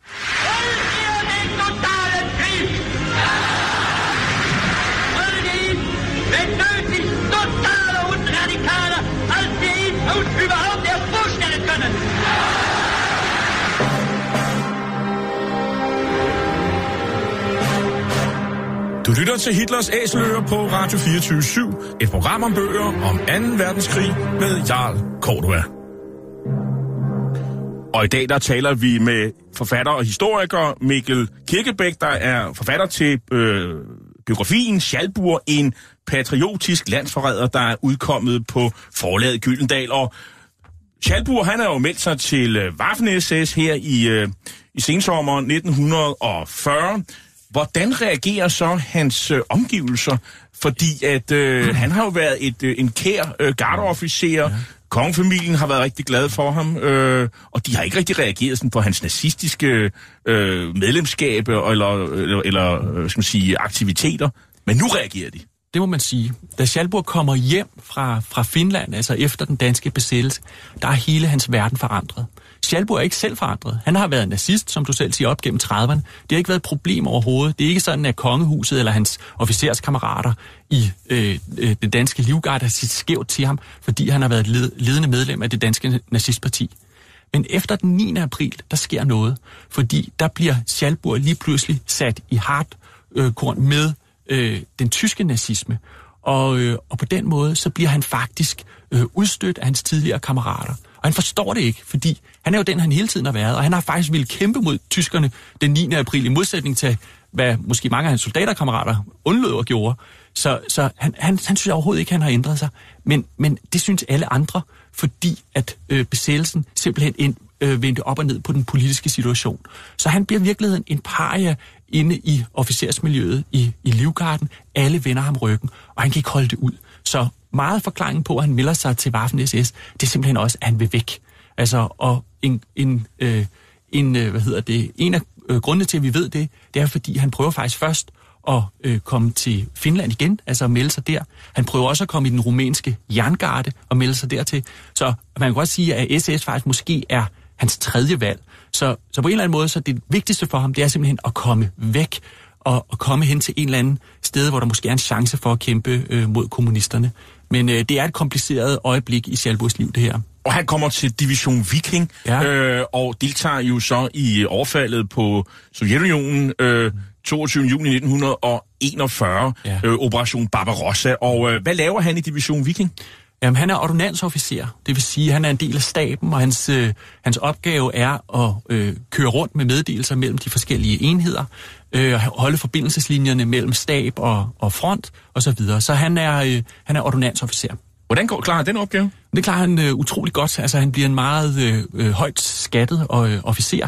Du lytter til Hitlers Æseløer på Radio fireogtyve syv, et program om bøger om anden verdenskrig med Jarl Cordua. Og i dag der taler vi med forfatter og historiker Mikkel Kirkebæk, der er forfatter til øh, biografien Schalburg, en patriotisk landsforræder, der er udkommet på forlaget Gyldendal. Og Schalburg, han har jo meldt sig til øh, Waffen-S S her i, øh, i sensommeren nitten fyrre. Hvordan reagerer så hans øh, omgivelser? Fordi at øh, han har jo været et, øh, en kær øh, gardeofficer. Ja. Kongefamilien har været rigtig glad for ham, øh, og de har ikke rigtig reageret sådan på hans nazistiske øh, medlemskab eller, eller, eller skal man sige, aktiviteter. Men nu reagerer de. Det må man sige. Da Schalburg kommer hjem fra, fra Finland, altså efter den danske besættelse, der er hele hans verden forandret. Schalburg er ikke selv forandret. Han har været nazist, som du selv siger, op gennem trediverne. Det har ikke været et problem overhovedet. Det er ikke sådan, at kongehuset eller hans officerskammerater i øh, øh, det danske livgarde har set skævt til ham, fordi han har været led, ledende medlem af det danske nazistparti. Men efter den niende april, der sker noget, fordi der bliver Schalburg lige pludselig sat i hardcore øh, med øh, den tyske nazisme. Og, øh, og på den måde, så bliver han faktisk øh, udstødt af hans tidligere kammerater. Og han forstår det ikke, fordi han er jo den, han hele tiden har været, og han har faktisk ville kæmpe mod tyskerne den niende april, i modsætning til, hvad måske mange af hans soldaterkammerater undlod og gjorde. Så, så han, han, han synes overhovedet ikke, han har ændret sig. Men, men det synes alle andre, fordi at øh, besættelsen simpelthen ind, øh, vendte op og ned på den politiske situation. Så han bliver i virkeligheden en paria inde i officersmiljøet i, i Livgarden. Alle vender ham ryggen, og han kan ikke holde det ud. Så meget forklaringen på, at han melder sig til Waffen-S S, det er simpelthen også, at han vil væk. Altså, og en, en, øh, en, øh, hvad hedder det, en af øh, grundene til, at vi ved det, det er, fordi han prøver faktisk først at øh, komme til Finland igen, altså at melde sig der. Han prøver også at komme i den rumænske jerngarde og melde sig dertil. Så man kan godt sige, at S S faktisk måske er hans tredje valg. Så, så på en eller anden måde, så det vigtigste for ham, det er simpelthen at komme væk og, og komme hen til en eller anden sted, hvor der måske er en chance for at kæmpe øh, mod kommunisterne. Men øh, det er et kompliceret øjeblik i Schalburgs liv, det her. Og han kommer til Division Viking, ja. øh, og deltager jo så i overfaldet på Sovjetunionen øh, toogtyvende juni nitten enogfyrre, ja. øh, Operation Barbarossa. Og øh, hvad laver han i Division Viking? Jamen, han er ordonnansofficer. Det vil sige, at han er en del af staben, og hans, øh, hans opgave er at øh, køre rundt med meddelelser mellem de forskellige enheder, øh, holde forbindelseslinjerne mellem stab og, og front, og så videre. Så han er, øh, han er ordonnansofficer. Hvordan går, klarer han den opgave? Det klarer han øh, utrolig godt. Altså, han bliver en meget øh, øh, højt skattet og, øh, officer.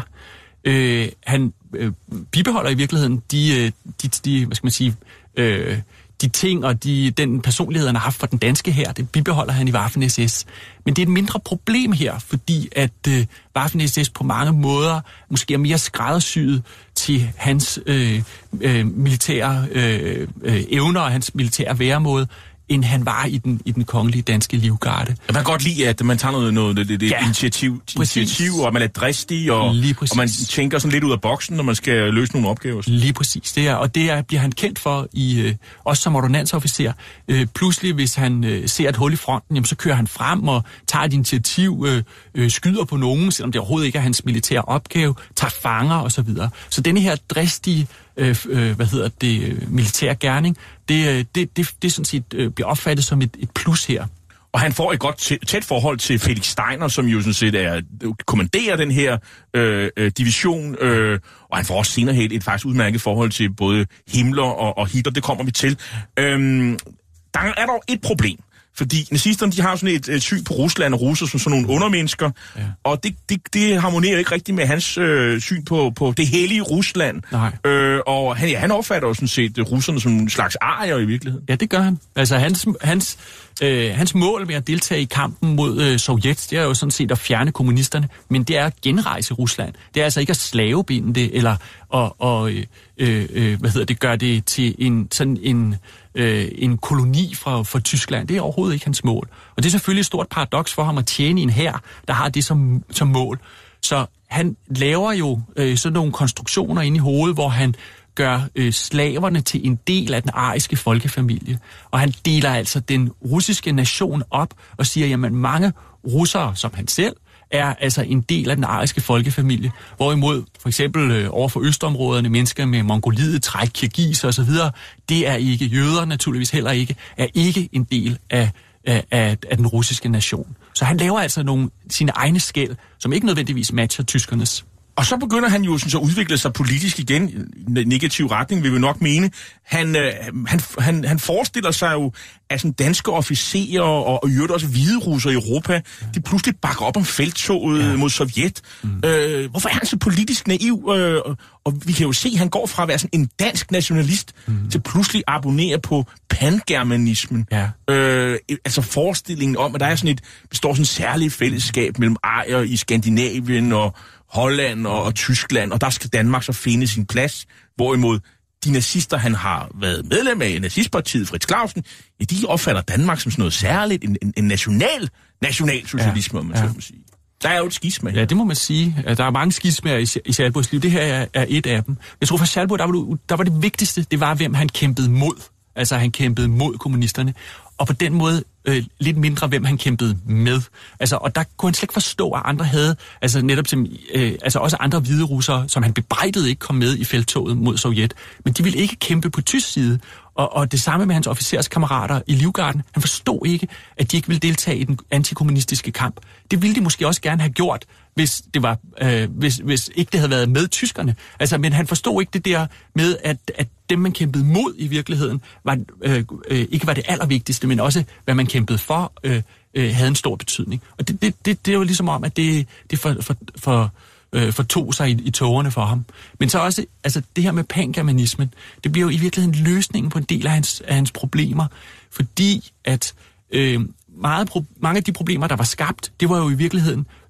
Øh, han øh, bibeholder i virkeligheden de, øh, de, de hvad skal man sige, øh, de ting og de, den personlighed, han har haft for den danske her, det bibeholder han i Waffen-S S. Men det er et mindre problem her, fordi at øh, Waffen-S S på mange måder måske er mere skræddersyet til hans øh, øh, militære øh, øh, evner og hans militære væremåde, end han var i den, i den kongelige danske livgarde. Jeg kan godt lide, at man tager noget, noget det, det ja, initiativ, initiativ, og man er dristig, og, og man tænker sådan lidt ud af boksen, når man skal løse nogle opgaver. Lige præcis, det er, og det er, bliver han kendt for, i, øh, også som ordonnansofficer. Øh, pludselig, hvis han øh, ser et hul i fronten, jamen, så kører han frem og tager et initiativ, øh, øh, skyder på nogen, selvom det overhovedet ikke er hans militære opgave, tager fanger osv. Så, videre. Så denne her dristige Øh, øh, hvad hedder det, militær gerning, det, det, det, det sådan set øh, bliver opfattet som et, et plus her. Og han får et godt tæt forhold til Felix Steiner, som jo sådan set er, kommanderer den her øh, division, øh, og han får også senere et, et faktisk udmærket forhold til både Himmler og, og Hitler, det kommer vi til. Øhm, der er dog et problem. Fordi nazisterne, de har sådan et, et syn på Rusland og russer som sådan nogle undermennesker, ja. og det, det, det harmonerer ikke rigtigt med hans øh, syn på, på det hellige Rusland. Øh, og han, ja, han opfatter jo sådan set russerne som en slags arier i virkeligheden. Ja, det gør han. Altså hans, hans, øh, hans mål med at deltage i kampen mod øh, Sovjet, det er jo sådan set at fjerne kommunisterne, men det er at genrejse Rusland. Det er altså ikke at slavebinde det, eller at, og, øh, øh, hvad hedder det, gøre det til en sådan en Øh, en koloni fra, fra Tyskland. Det er overhovedet ikke hans mål. Og det er selvfølgelig et stort paradoks for ham at tjene i en hær, der har det som, som mål. Så han laver jo øh, sådan nogle konstruktioner inde i hovedet, hvor han gør øh, slaverne til en del af den ariske folkefamilie. Og han deler altså den russiske nation op og siger, jamen mange russere, som han selv, er altså en del af den ariske folkefamilie, hvorimod for eksempel øh, over for østområderne, mennesker med Mongoliet, træk, kirgis og så videre, det er ikke, jøder naturligvis heller ikke, er ikke en del af, af, af, af den russiske nation. Så han laver altså nogle sine egne skel, som ikke nødvendigvis matcher tyskernes. Og så begynder han jo sådan så at udvikle sig politisk igen i negativ retning, vil vi nok mene. Han, øh, han, han, han forestiller sig jo, at sådan danske officerer og, og i øvrigt også hvide russer i Europa, ja. de pludselig bakker op om felttoget ja. mod Sovjet. Mm. Øh, hvorfor er han så politisk naiv? Øh, og, og vi kan jo se, at han går fra at være sådan en dansk nationalist mm. til pludselig at abonnere på pangermanismen. Ja. Øh, altså forestillingen om, at der er sådan et, består sådan et særligt fællesskab mellem arier i Skandinavien og Holland og, og Tyskland, og der skal Danmark så finde sin plads, hvorimod de nazister, han har været medlem af nazistpartiet, Frits Clausen, ja, de opfatter Danmark som sådan noget særligt, en, en, en national, nationalsocialisme, ja, man ja. så må sige. Der er jo et skisma. Ja, det må man sige. Der er mange skismaer i, i Schalburgs liv. Det her er, er et af dem. Jeg tror for Schalburg, der var, der var det vigtigste, det var, hvem han kæmpede mod. Altså, han kæmpede mod kommunisterne. Og på den måde øh, lidt mindre, hvem han kæmpede med. Altså, og der kunne han slet ikke forstå, at andre havde, altså netop som, øh, altså også andre hvide russere, som han bebrejdede ikke kom med i felttoget mod Sovjet. Men de ville ikke kæmpe på tysk side. Og, og det samme med hans officerskammerater i Livgarden. Han forstod ikke, at de ikke ville deltage i den antikommunistiske kamp. Det ville de måske også gerne have gjort, hvis det var, øh, hvis, hvis ikke det havde været med tyskerne. Altså, men han forstod ikke det der med, at, at dem, man kæmpede mod i virkeligheden, var, øh, øh, ikke var det allervigtigste, men også, hvad man kæmpede for, øh, øh, havde en stor betydning. Og det, det, det, det er jo ligesom om, at det, det for, for, for, øh, fortog sig i, i tågerne for ham. Men så også, altså det her med pangermanismen, det bliver jo i virkeligheden løsningen på en del af hans, af hans problemer, fordi at øh, meget pro- mange af de problemer, der var skabt, det var jo i virkeligheden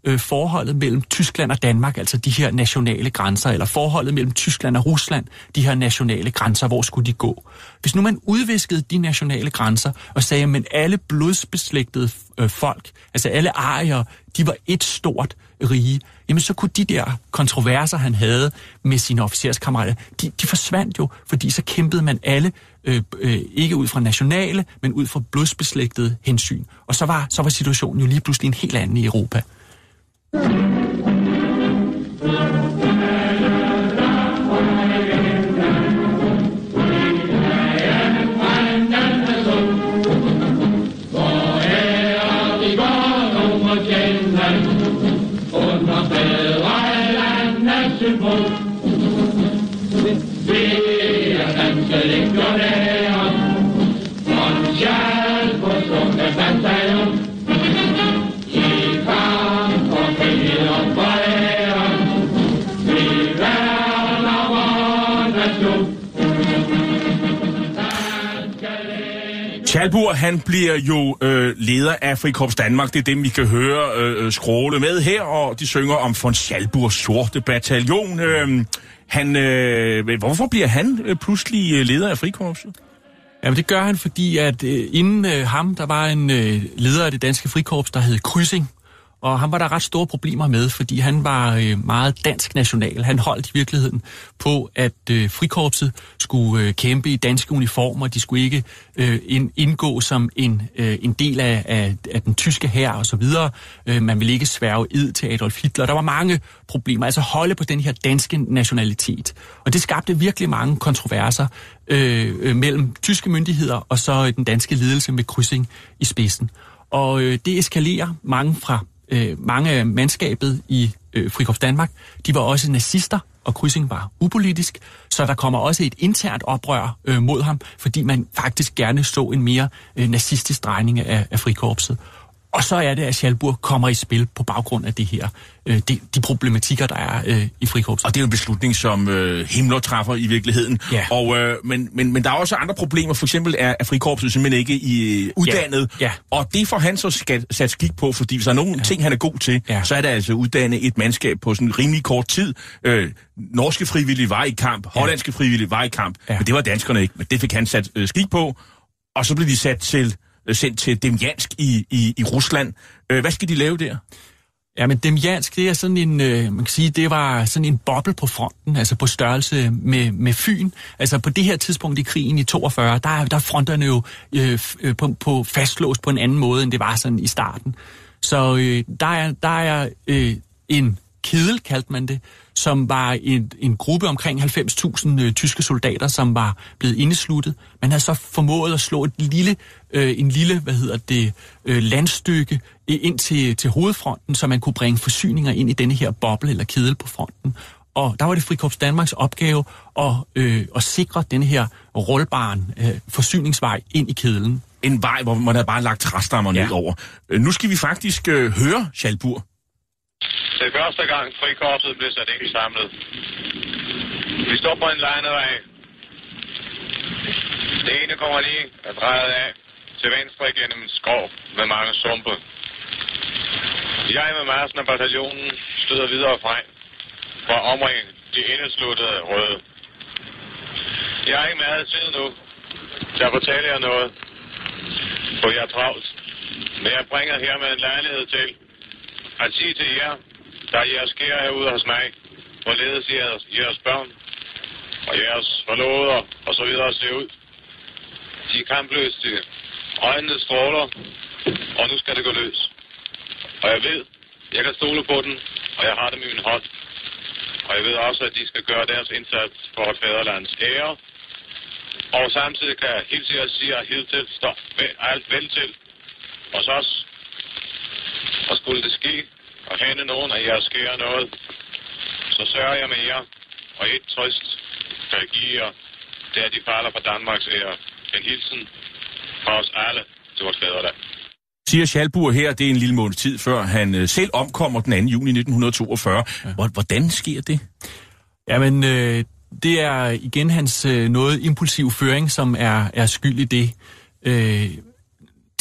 øh, forholdet mellem Tyskland og Danmark, altså de her nationale grænser, eller forholdet mellem Tyskland og Rusland, de her nationale grænser, hvor skulle de gå? Hvis nu man udviskede de nationale grænser og sagde, men alle blodsbeslægtede øh, folk, altså alle arier, de var et stort rige, jamen så kunne de der kontroverser, han havde med sine officerskammerater, de, de forsvandt jo, fordi så kæmpede man alle øh, øh, ikke ud fra nationale, men ud fra blodsbeslægtede hensyn. Og så var, så var situationen jo lige pludselig en helt anden i Europa. Schalburg, han bliver jo øh, leder af Frikorps Danmark. Det er dem, vi kan høre øh, skråle med her, og de synger om von Schalburgs sorte bataljon. Øh, han, øh, hvorfor bliver han øh, pludselig leder af Frikorpset? Jamen det gør han, fordi at øh, inden øh, ham, der var en øh, leder af det danske frikorps, der hed Kryssing. Og han var der ret store problemer med, fordi han var øh, meget dansk national. Han holdt i virkeligheden på, at øh, frikorpset skulle øh, kæmpe i danske uniformer. De skulle ikke øh, ind, indgå som en, øh, en del af, af, af den tyske hær og så videre. Øh, man ville ikke sværge ed til Adolf Hitler. Der var mange problemer. Altså holde på den her danske nationalitet. Og det skabte virkelig mange kontroverser øh, øh, mellem tyske myndigheder og så den danske ledelse med Kryssing i spidsen. Og øh, det eskalerer mange fra Øh, mange af mandskabet i øh, Frikorps Danmark, de var også nazister, og Kryssing var upolitisk, så der kommer også et internt oprør øh, mod ham, fordi man faktisk gerne så en mere øh, nazistisk drejning af, af Frikorpset. Og så er det, at Schalburg kommer i spil på baggrund af det her, øh, de, de problematikker, der er øh, i Frikorpset. Og det er jo en beslutning, som øh, Himmler træffer i virkeligheden. Ja. Og, øh, men, men, men der er også andre problemer. For eksempel er, er Frikorpset simpelthen ikke i, uddannet. Ja. Ja. Og det får han så skal, sat skik på, fordi hvis der er nogle ja. ting, han er god til, ja. så er det altså uddanne et mandskab på sådan en rimelig kort tid. Øh, norske frivillige var i kamp, ja. hollandske frivillige var i kamp, ja. men det var danskerne ikke. Men det fik han sat øh, skik på, og så blev de sat til... sendt til Demjansk i, i, i Rusland. Øh, hvad skal de lave der? Ja, men Demjansk, det er sådan en, øh, man kan sige, det var sådan en boble på fronten, altså på størrelse med, med Fyn. Altså på det her tidspunkt i krigen i toogfyrre, der, der er fronterne jo øh, på, på fastlåst på en anden måde, end det var sådan i starten. Så øh, der er, der er øh, en kedel, kaldte man det, som var en, en gruppe omkring halvfems tusind øh, tyske soldater, som var blevet indesluttet. Man havde så formået at slå et lille, øh, en lille, hvad hedder det, øh, landstykke ind til, til hovedfronten, så man kunne bringe forsyninger ind i denne her boble eller kedel på fronten. Og der var det Frikorps Danmarks opgave at, øh, at sikre denne her rullbare øh, forsyningsvej ind i kedlen. En vej, hvor man havde bare lagt træstammer ja. ned over. Øh, nu skal vi faktisk øh, høre Schalburg. Det er første gang Frikorpset blev sat ikke samlet. Vi står på en landevej. Det ene kommer lige at dreje af til venstre gennem en skov med mange sumpe. Jeg med massen af bataljonen støder videre frem for at omringe de indesluttede røde. Jeg har ikke meget tid nu til at fortælle jer noget, for jeg er travlt. Men jeg bringer her med en lejlighed til at sige til jer, der er jeres kære herude hos mig, hvorledes jeres, jeres børn og jeres forloveder og så videre ser ud. De er kampløse til øjnene stråler, og nu skal det gå løs. Og jeg ved, jeg kan stole på den, og jeg har dem i min hånd. Og jeg ved også, at de skal gøre deres indsats for et fædrelands ære. Og samtidig kan jeg helt sikkert sige, at hidtil står alt vel til hos os. Og skulle det ske, og hænde nogen af jer sker noget, så sørger jeg med jer, og et trøst kan jeg give jer, det er, at de falder for Danmarks ære. En hilsen fra os alle til vores fædreland. Siger Schalburg her, det er en lille måned tid før han selv omkommer den anden juni nitten toogfyrre. Hvordan sker det? Jamen, øh, det er igen hans øh, noget impulsiv føring, som er, er skyld i det. Øh,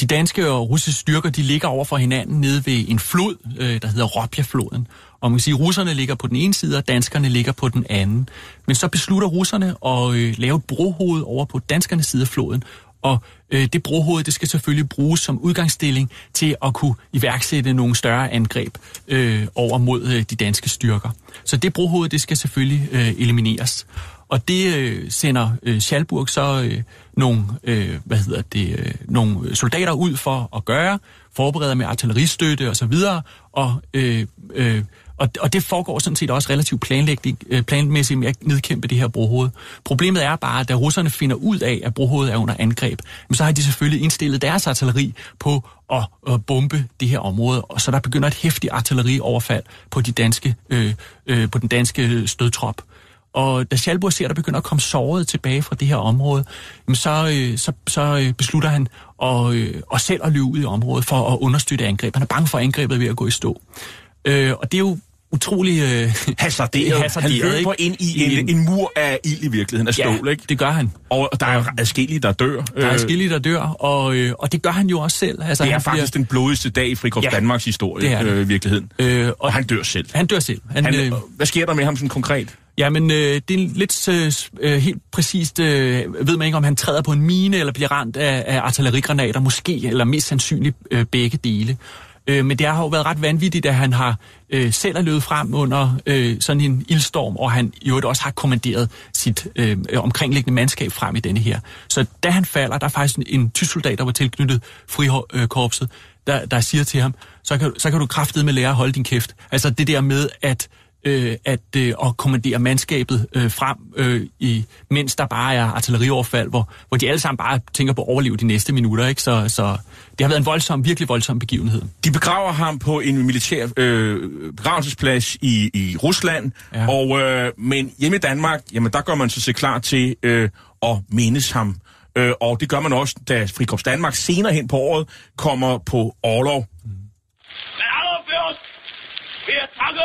de danske og russiske styrker, de ligger over for hinanden nede ved en flod, øh, der hedder Ropja-floden. Og man kan sige, at russerne ligger på den ene side, og danskerne ligger på den anden. Men så beslutter russerne at øh, lave et brohoved over på danskernes side af floden. Og øh, det brohoved, det skal selvfølgelig bruges som udgangsstilling til at kunne iværksætte nogle større angreb øh, over mod øh, de danske styrker. Så det brohoved, det skal selvfølgelig øh, elimineres. Og det øh, sender øh, Schalburg så øh, nogle, øh, hvad hedder det, øh, nogle soldater ud for at gøre, forbereder med artilleristøtte og så videre, og øh, øh, Og, og det foregår sådan set også relativt planmæssigt med at nedkæmpe det her brohoved. Problemet er bare, at da russerne finder ud af, at brohovedet er under angreb, så har de selvfølgelig indstillet deres artilleri på at, at bombe det her område, og så der begynder et hæftigt artillerioverfald på, de danske, øh, øh, på den danske stødtrop. Og da Schalburg ser, der begynder at komme såret tilbage fra det her område, så, øh, så, så beslutter han at, øh, at selv at løbe ud i området for at understøtte angreb. Han er bange for angrebet ved at gå i stå. Øh, og det er jo utrolig øh, hasarderet. Han løber ind i en, en mur af ild i virkeligheden, af stål, ja, ikke? Det gør han. Og der er jo adskillige, der dør. Der er adskillige, der dør, og, øh, og det gør han jo også selv. Altså, det er han faktisk bliver... den blodigste dag i Frikorps ja, Danmarks historie, i øh, virkeligheden. Øh, og, og han dør selv. Han dør selv. Han, han, øh, hvad sker der med ham sådan konkret? Jamen, øh, det er lidt øh, helt præcist, øh, ved man ikke, om han træder på en mine, eller bliver ramt af, af artillerigranater, måske, eller mest sandsynligt øh, begge dele. Øh, men det har jo været ret vanvittigt, at han har øh, selv er løbet frem under øh, sådan en ildstorm, og han i øvrigt også har kommanderet sit øh, omkringliggende mandskab frem i denne her. Så da han falder, der er faktisk en, en tysk soldat, der var tilknyttet frikorpset, der, der siger til ham, så kan, så kan du kraftedeme lære at holde din kæft. Altså det der med at Øh, at, øh, at kommandere mandskabet øh, frem, øh, i, mens der bare er artillerioverfald, hvor, hvor de alle sammen bare tænker på at overleve de næste minutter. Ikke? Så, så det har været en voldsom, virkelig voldsom begivenhed. De begraver ham på en militær øh, begravelsesplads i, i Rusland, ja. og, øh, men hjemme i Danmark, jamen der gør man sig klar til øh, at mindes ham. Øh, og det gør man også, da Frikorps Danmark senere hen på året kommer på orlov. Mm. Men allerførst vil jeg takke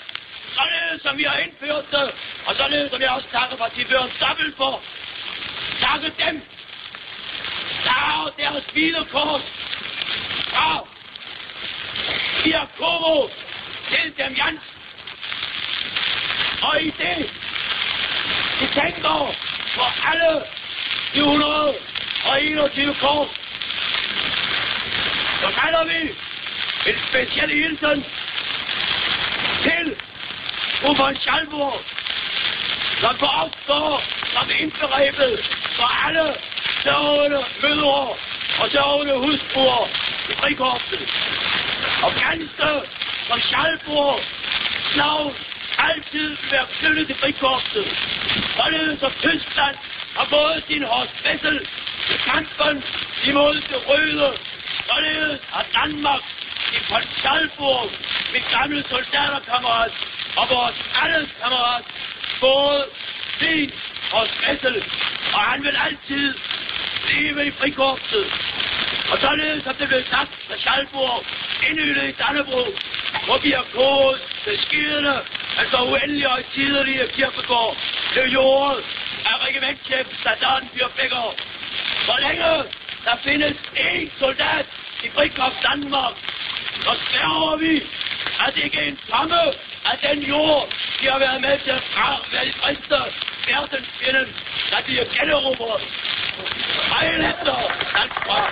således som vi har indført det, og således som jeg også takker for, at de fører dobbelt for. Takke dem, der har deres hvidekors fra Kirkovo til dem Jans. Og i det, de tænker på alle de et hundrede og enogtyve kors, så kalder vi en speciel hilsen til von Schalburg, som på opstår som indberebet for alle sørgende mødre og sørgende husbruger i frikorpset. Og ganske som Schalburg navn altid vil være knyttet til frikorpset. Således som Tyskland har både sin Horst Wessel i kampen imod det røde. Således har Danmark i von Schalburg, mit gamle soldaterkammerat, og vores alles kammerat, både sin og Wessel, og han vil altid leve i frikorpset. Og således som det blev sagt fra Schalburg, indhyldet i Dannebrog, hvor vi har kodet beskidende, altså uendelig og tidlige Kirkegård, blev jordet af regimentschef Sadan Bjørbecker. Hvor længe der findes én soldat i Frikorps Danmark, så sværger vi, at ikke en tomme af den jord, de har været med til at friste verdensfjenden, der bliver generobret. Heil Hitler, dansk frem.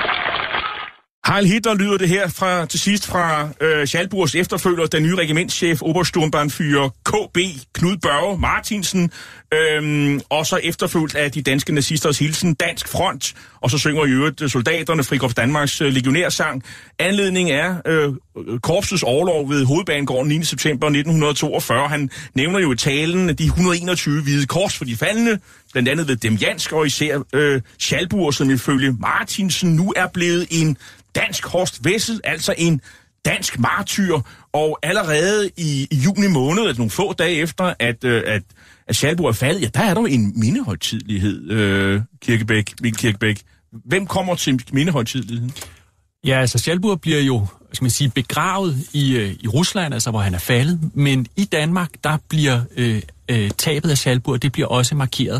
Heil Hitler lyder det her fra, til sidst fra øh, Schalburgs efterfølger, den nye regimentschef, Obersturmbannführer K B Knud Børge Martinsen, øhm, og så efterfølgt af de danske nazisters hilsen Dansk Front, og så synger i øvrigt soldaterne Frikorps Danmarks øh, legionærsang. Anledningen er øh, korpsets orlov ved Hovedbanegården niende september nitten toogfyrre. Han nævner jo i talen de et hundrede og enogtyve hvide kors for de faldne, blandt andet ved Demjansk, og især øh, Schalburg, som ifølge Martinsen nu er blevet en dansk Horst Wessel, altså en dansk martyr, og allerede i, i juni måned, altså nogle få dage efter, at, øh, at, at Schalburg er faldet, ja, der er der jo en mindehøjtidelighed, øh, Kirkebæk, Mikkel Kirkebæk. Hvem kommer til mindehøjtideligheden? Ja, altså Schalburg bliver jo, skal man sige, begravet i, øh, i Rusland, altså hvor han er faldet, men i Danmark, der bliver øh, øh, tabet af Schalburg, det bliver også markeret.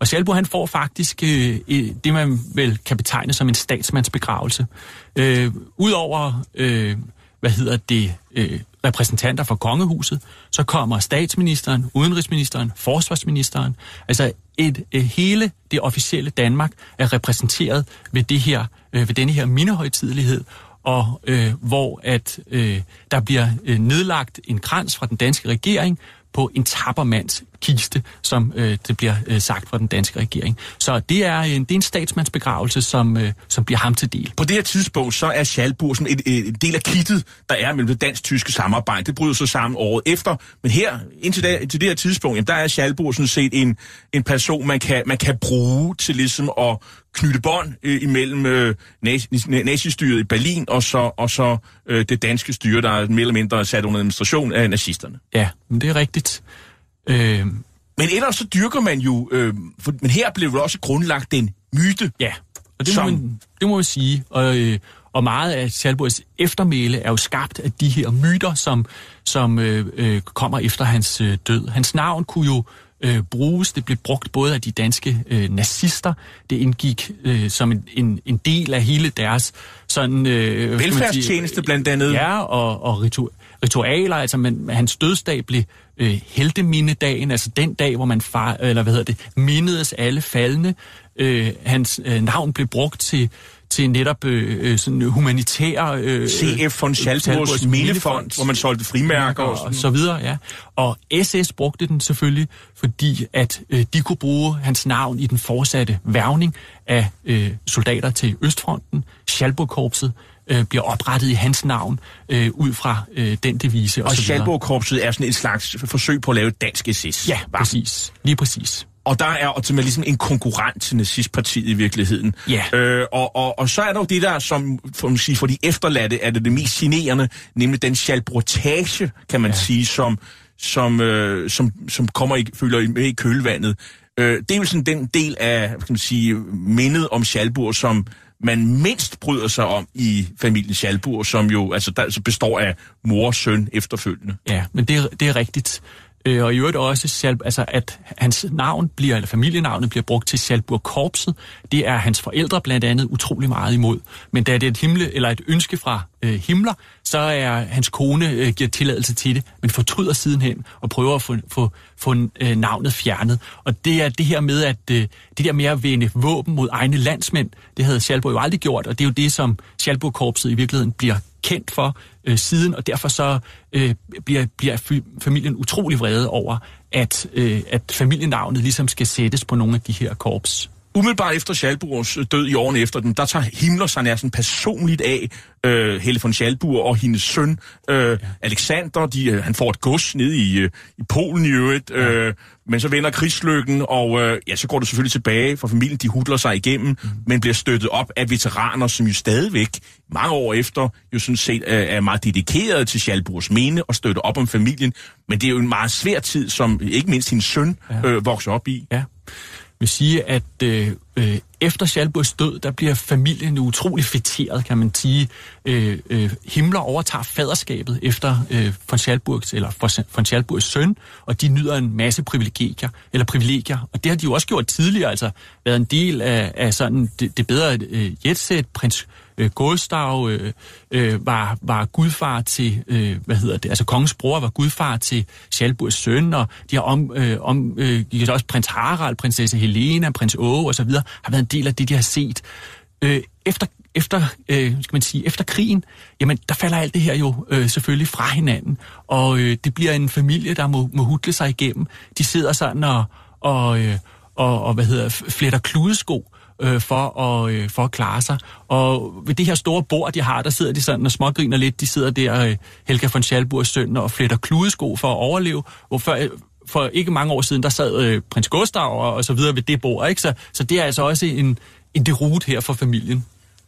Og Schalburg, han får faktisk øh, det, man vel kan betegne som en statsmandsbegravelse. Øh, Udover, øh, hvad hedder det, øh, repræsentanter for kongehuset, så kommer statsministeren, udenrigsministeren, forsvarsministeren. Altså et, øh, hele det officielle Danmark er repræsenteret ved, det her, øh, ved denne her mindehøjtidelighed, og øh, hvor at øh, der bliver øh, nedlagt en krans fra den danske regering på en tappermands kiste, som øh, det bliver øh, sagt fra den danske regering. Så det er en, det er en statsmandsbegravelse, som, øh, som bliver ham til del. På det her tidspunkt, så er Schalburg sådan et, et del af kittet, der er mellem det dansk-tyske samarbejde. Det bryder sig sammen året efter. Men her, indtil det, til det her tidspunkt, jamen, der er Schalburg sådan set en, en person, man kan, man kan bruge til ligesom at knytte bånd øh, imellem øh, nazistyret i Berlin og så, og så øh, det danske styre, der er mere eller mindre sat under administration af nazisterne. Ja, men det er rigtigt. Øh... Men ellers så dyrker man jo, øh, for, men her blev jo også grundlagt den myte. Ja, og det, som... må, man, det må vi sige. Og, øh, og meget af Schalburgs eftermæle er jo skabt af de her myter, som, som øh, øh, kommer efter hans øh, død. Hans navn kunne jo øh, bruges. Det blev brugt både af de danske øh, nazister. Det indgik øh, som en, en, en del af hele deres sådan... Øh, velfærdstjeneste sige, blandt andet. Ja, og, og ritu- ritualer. Altså, man, hans dødsdag blev øh, heltemindedagen, altså den dag, hvor man far, eller hvad hedder det, mindedes alle faldne. Øh, hans øh, navn blev brugt til til netop øh, sådan humanitære... Øh, C F von Schalburgs mindefond, hvor man solgte frimærker og, og så videre, ja. Og S S brugte den selvfølgelig, fordi at øh, de kunne bruge hans navn i den fortsatte værvning af øh, soldater til Østfronten. Schalburg-korpset øh, bliver oprettet i hans navn øh, ud fra øh, den devise. Og, og Schalburg-korpset er sådan et slags forsøg på at lave et dansk S S. Ja, præcis. Lige præcis. Og der er og ligesom en konkurrent til nazistpartiet i virkeligheden. Ja. Øh, og, og, og så er der jo det der, som for, man sige, for de efterladte er det det mest generende, nemlig den Schalburgtage, kan man ja. sige, som, som, øh, som, som kommer i, følger med i kølvandet. Øh, det er jo sådan den del af, kan man sige, mindet om Schalburg, som man mindst bryder sig om i familien Schalburg, som jo altså, der, altså består af mor og søn efterfølgende. Ja, men det er, det er rigtigt. Øh, og i øvrigt også, altså, at hans navn bliver, eller familienavnet bliver brugt til Schalburg-korpset. Det er hans forældre blandt andet utrolig meget imod. Men da det er et, himle, eller et ønske fra øh, Himmler, så er hans kone øh, giver tilladelse til det, men fortryder sidenhen og prøver at få, få, få øh, navnet fjernet. Og det er det her med, at øh, det der med at vende våben mod egne landsmænd, det havde Schalburg jo aldrig gjort, og det er jo det, som Schalburg-korpset i virkeligheden bliver kendt for øh, siden, og derfor så øh, bliver, bliver familien utrolig vrede over, at, øh, at familienavnet ligesom skal sættes på nogle af de her korps. Umiddelbart efter Schalburgs død i årene efter den, der tager Himmler sig næsten personligt af øh, Helle von Schalburg og hendes søn øh, ja. Alexander. De, øh, han får et gods nede i, øh, i Polen i øvrigt, øh, ja. men så vender krigslykken, og øh, ja, så går det selvfølgelig tilbage, for familien de hudler sig igennem, mm. men bliver støttet op af veteraner, som jo stadigvæk mange år efter jo sådan set øh, er meget dedikeret til Schalburgs minde og støtter op om familien, men det er jo en meget svær tid, som ikke mindst hendes søn øh, vokser op i. Ja. Jeg vil sige, at øh, øh, efter Schalburgs død, der bliver familien utrolig fætteret, kan man sige. Øh, øh, Himmler overtager faderskabet efter øh, von Schalburgs, eller von Schalburgs søn, og de nyder en masse privilegier, eller privilegier. Og det har de jo også gjort tidligere, altså været en del af, af sådan det, det bedre øh, jetset. Prins øh, Gustav øh, øh, var, var gudfar til, øh, hvad hedder det, altså kongens bror var gudfar til Schalburgs søn, og de har om, øh, om øh, også prins Harald, prinsesse Helena, prins Åge og så videre, har været en del af det, de har set. Øh, efter Efter, øh, skal man sige, efter krigen, jamen, der falder alt det her jo øh, selvfølgelig fra hinanden, og øh, det bliver en familie, der må, må hudle sig igennem. De sidder sådan og, og, øh, og, og hvad hedder, fletter kludesko øh, for, at, øh, for at klare sig. Og ved det her store bord, de har, der sidder de sådan og smågriner lidt. De sidder der, øh, Helga von Schalburgs søn, og fletter kludesko for at overleve. Hvorfor... Øh, For ikke mange år siden, der sad øh, prins Gustav og, og så videre ved det bord, ikke? Så, så det er altså også en, en deroute her for familien.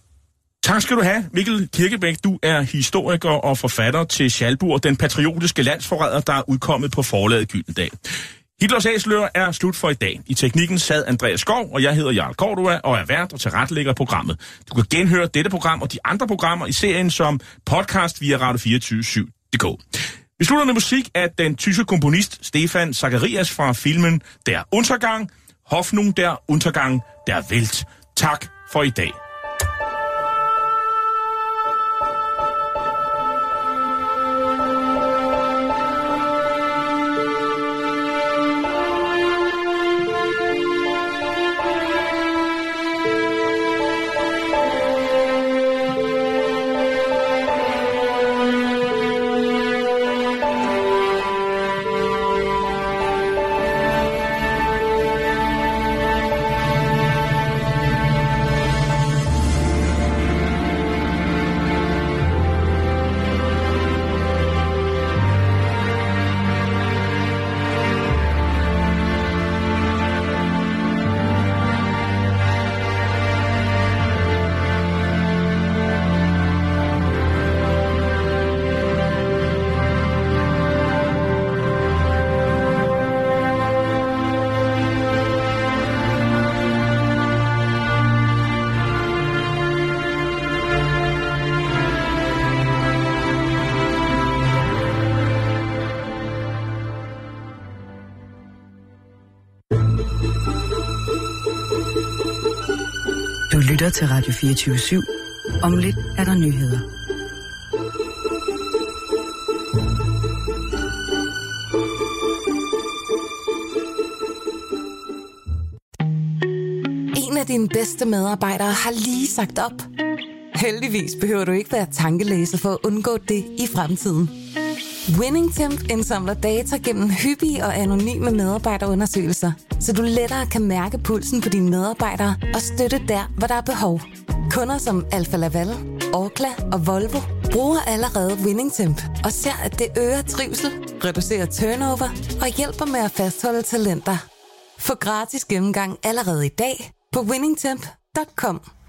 Tak skal du have, Mikkel Kirkebæk. Du er historiker og forfatter til Schalburg, den patriotiske landsforræder, der er udkommet på forlaget Gyldendal. Hitlers Æseløer er slut for i dag. I teknikken sad Andreas Skov, og jeg hedder Jarl Cordua og er vært og tilrettelægger programmet. Du kan genhøre dette program og de andre programmer i serien som podcast via radio to fire syv punktum d k. Vi slutter med musik af den tyske komponist Stefan Zacharias fra filmen Der Untergang. Hoffnung der Untergang der Welt. Tak for i dag. Du lytter til Radio fireogtyve syv. Om lidt er der nyheder. En af dine bedste medarbejdere har lige sagt op. Heldigvis behøver du ikke være tankelæser for at undgå det i fremtiden. WinningTemp indsamler data gennem hyppige og anonyme medarbejderundersøgelser, så du lettere kan mærke pulsen på dine medarbejdere og støtte der, hvor der er behov. Kunder som Alfa Laval, Orkla og Volvo bruger allerede WinningTemp og ser, at det øger trivsel, reducerer turnover og hjælper med at fastholde talenter. Få gratis gennemgang allerede i dag på winningtemp punktum com.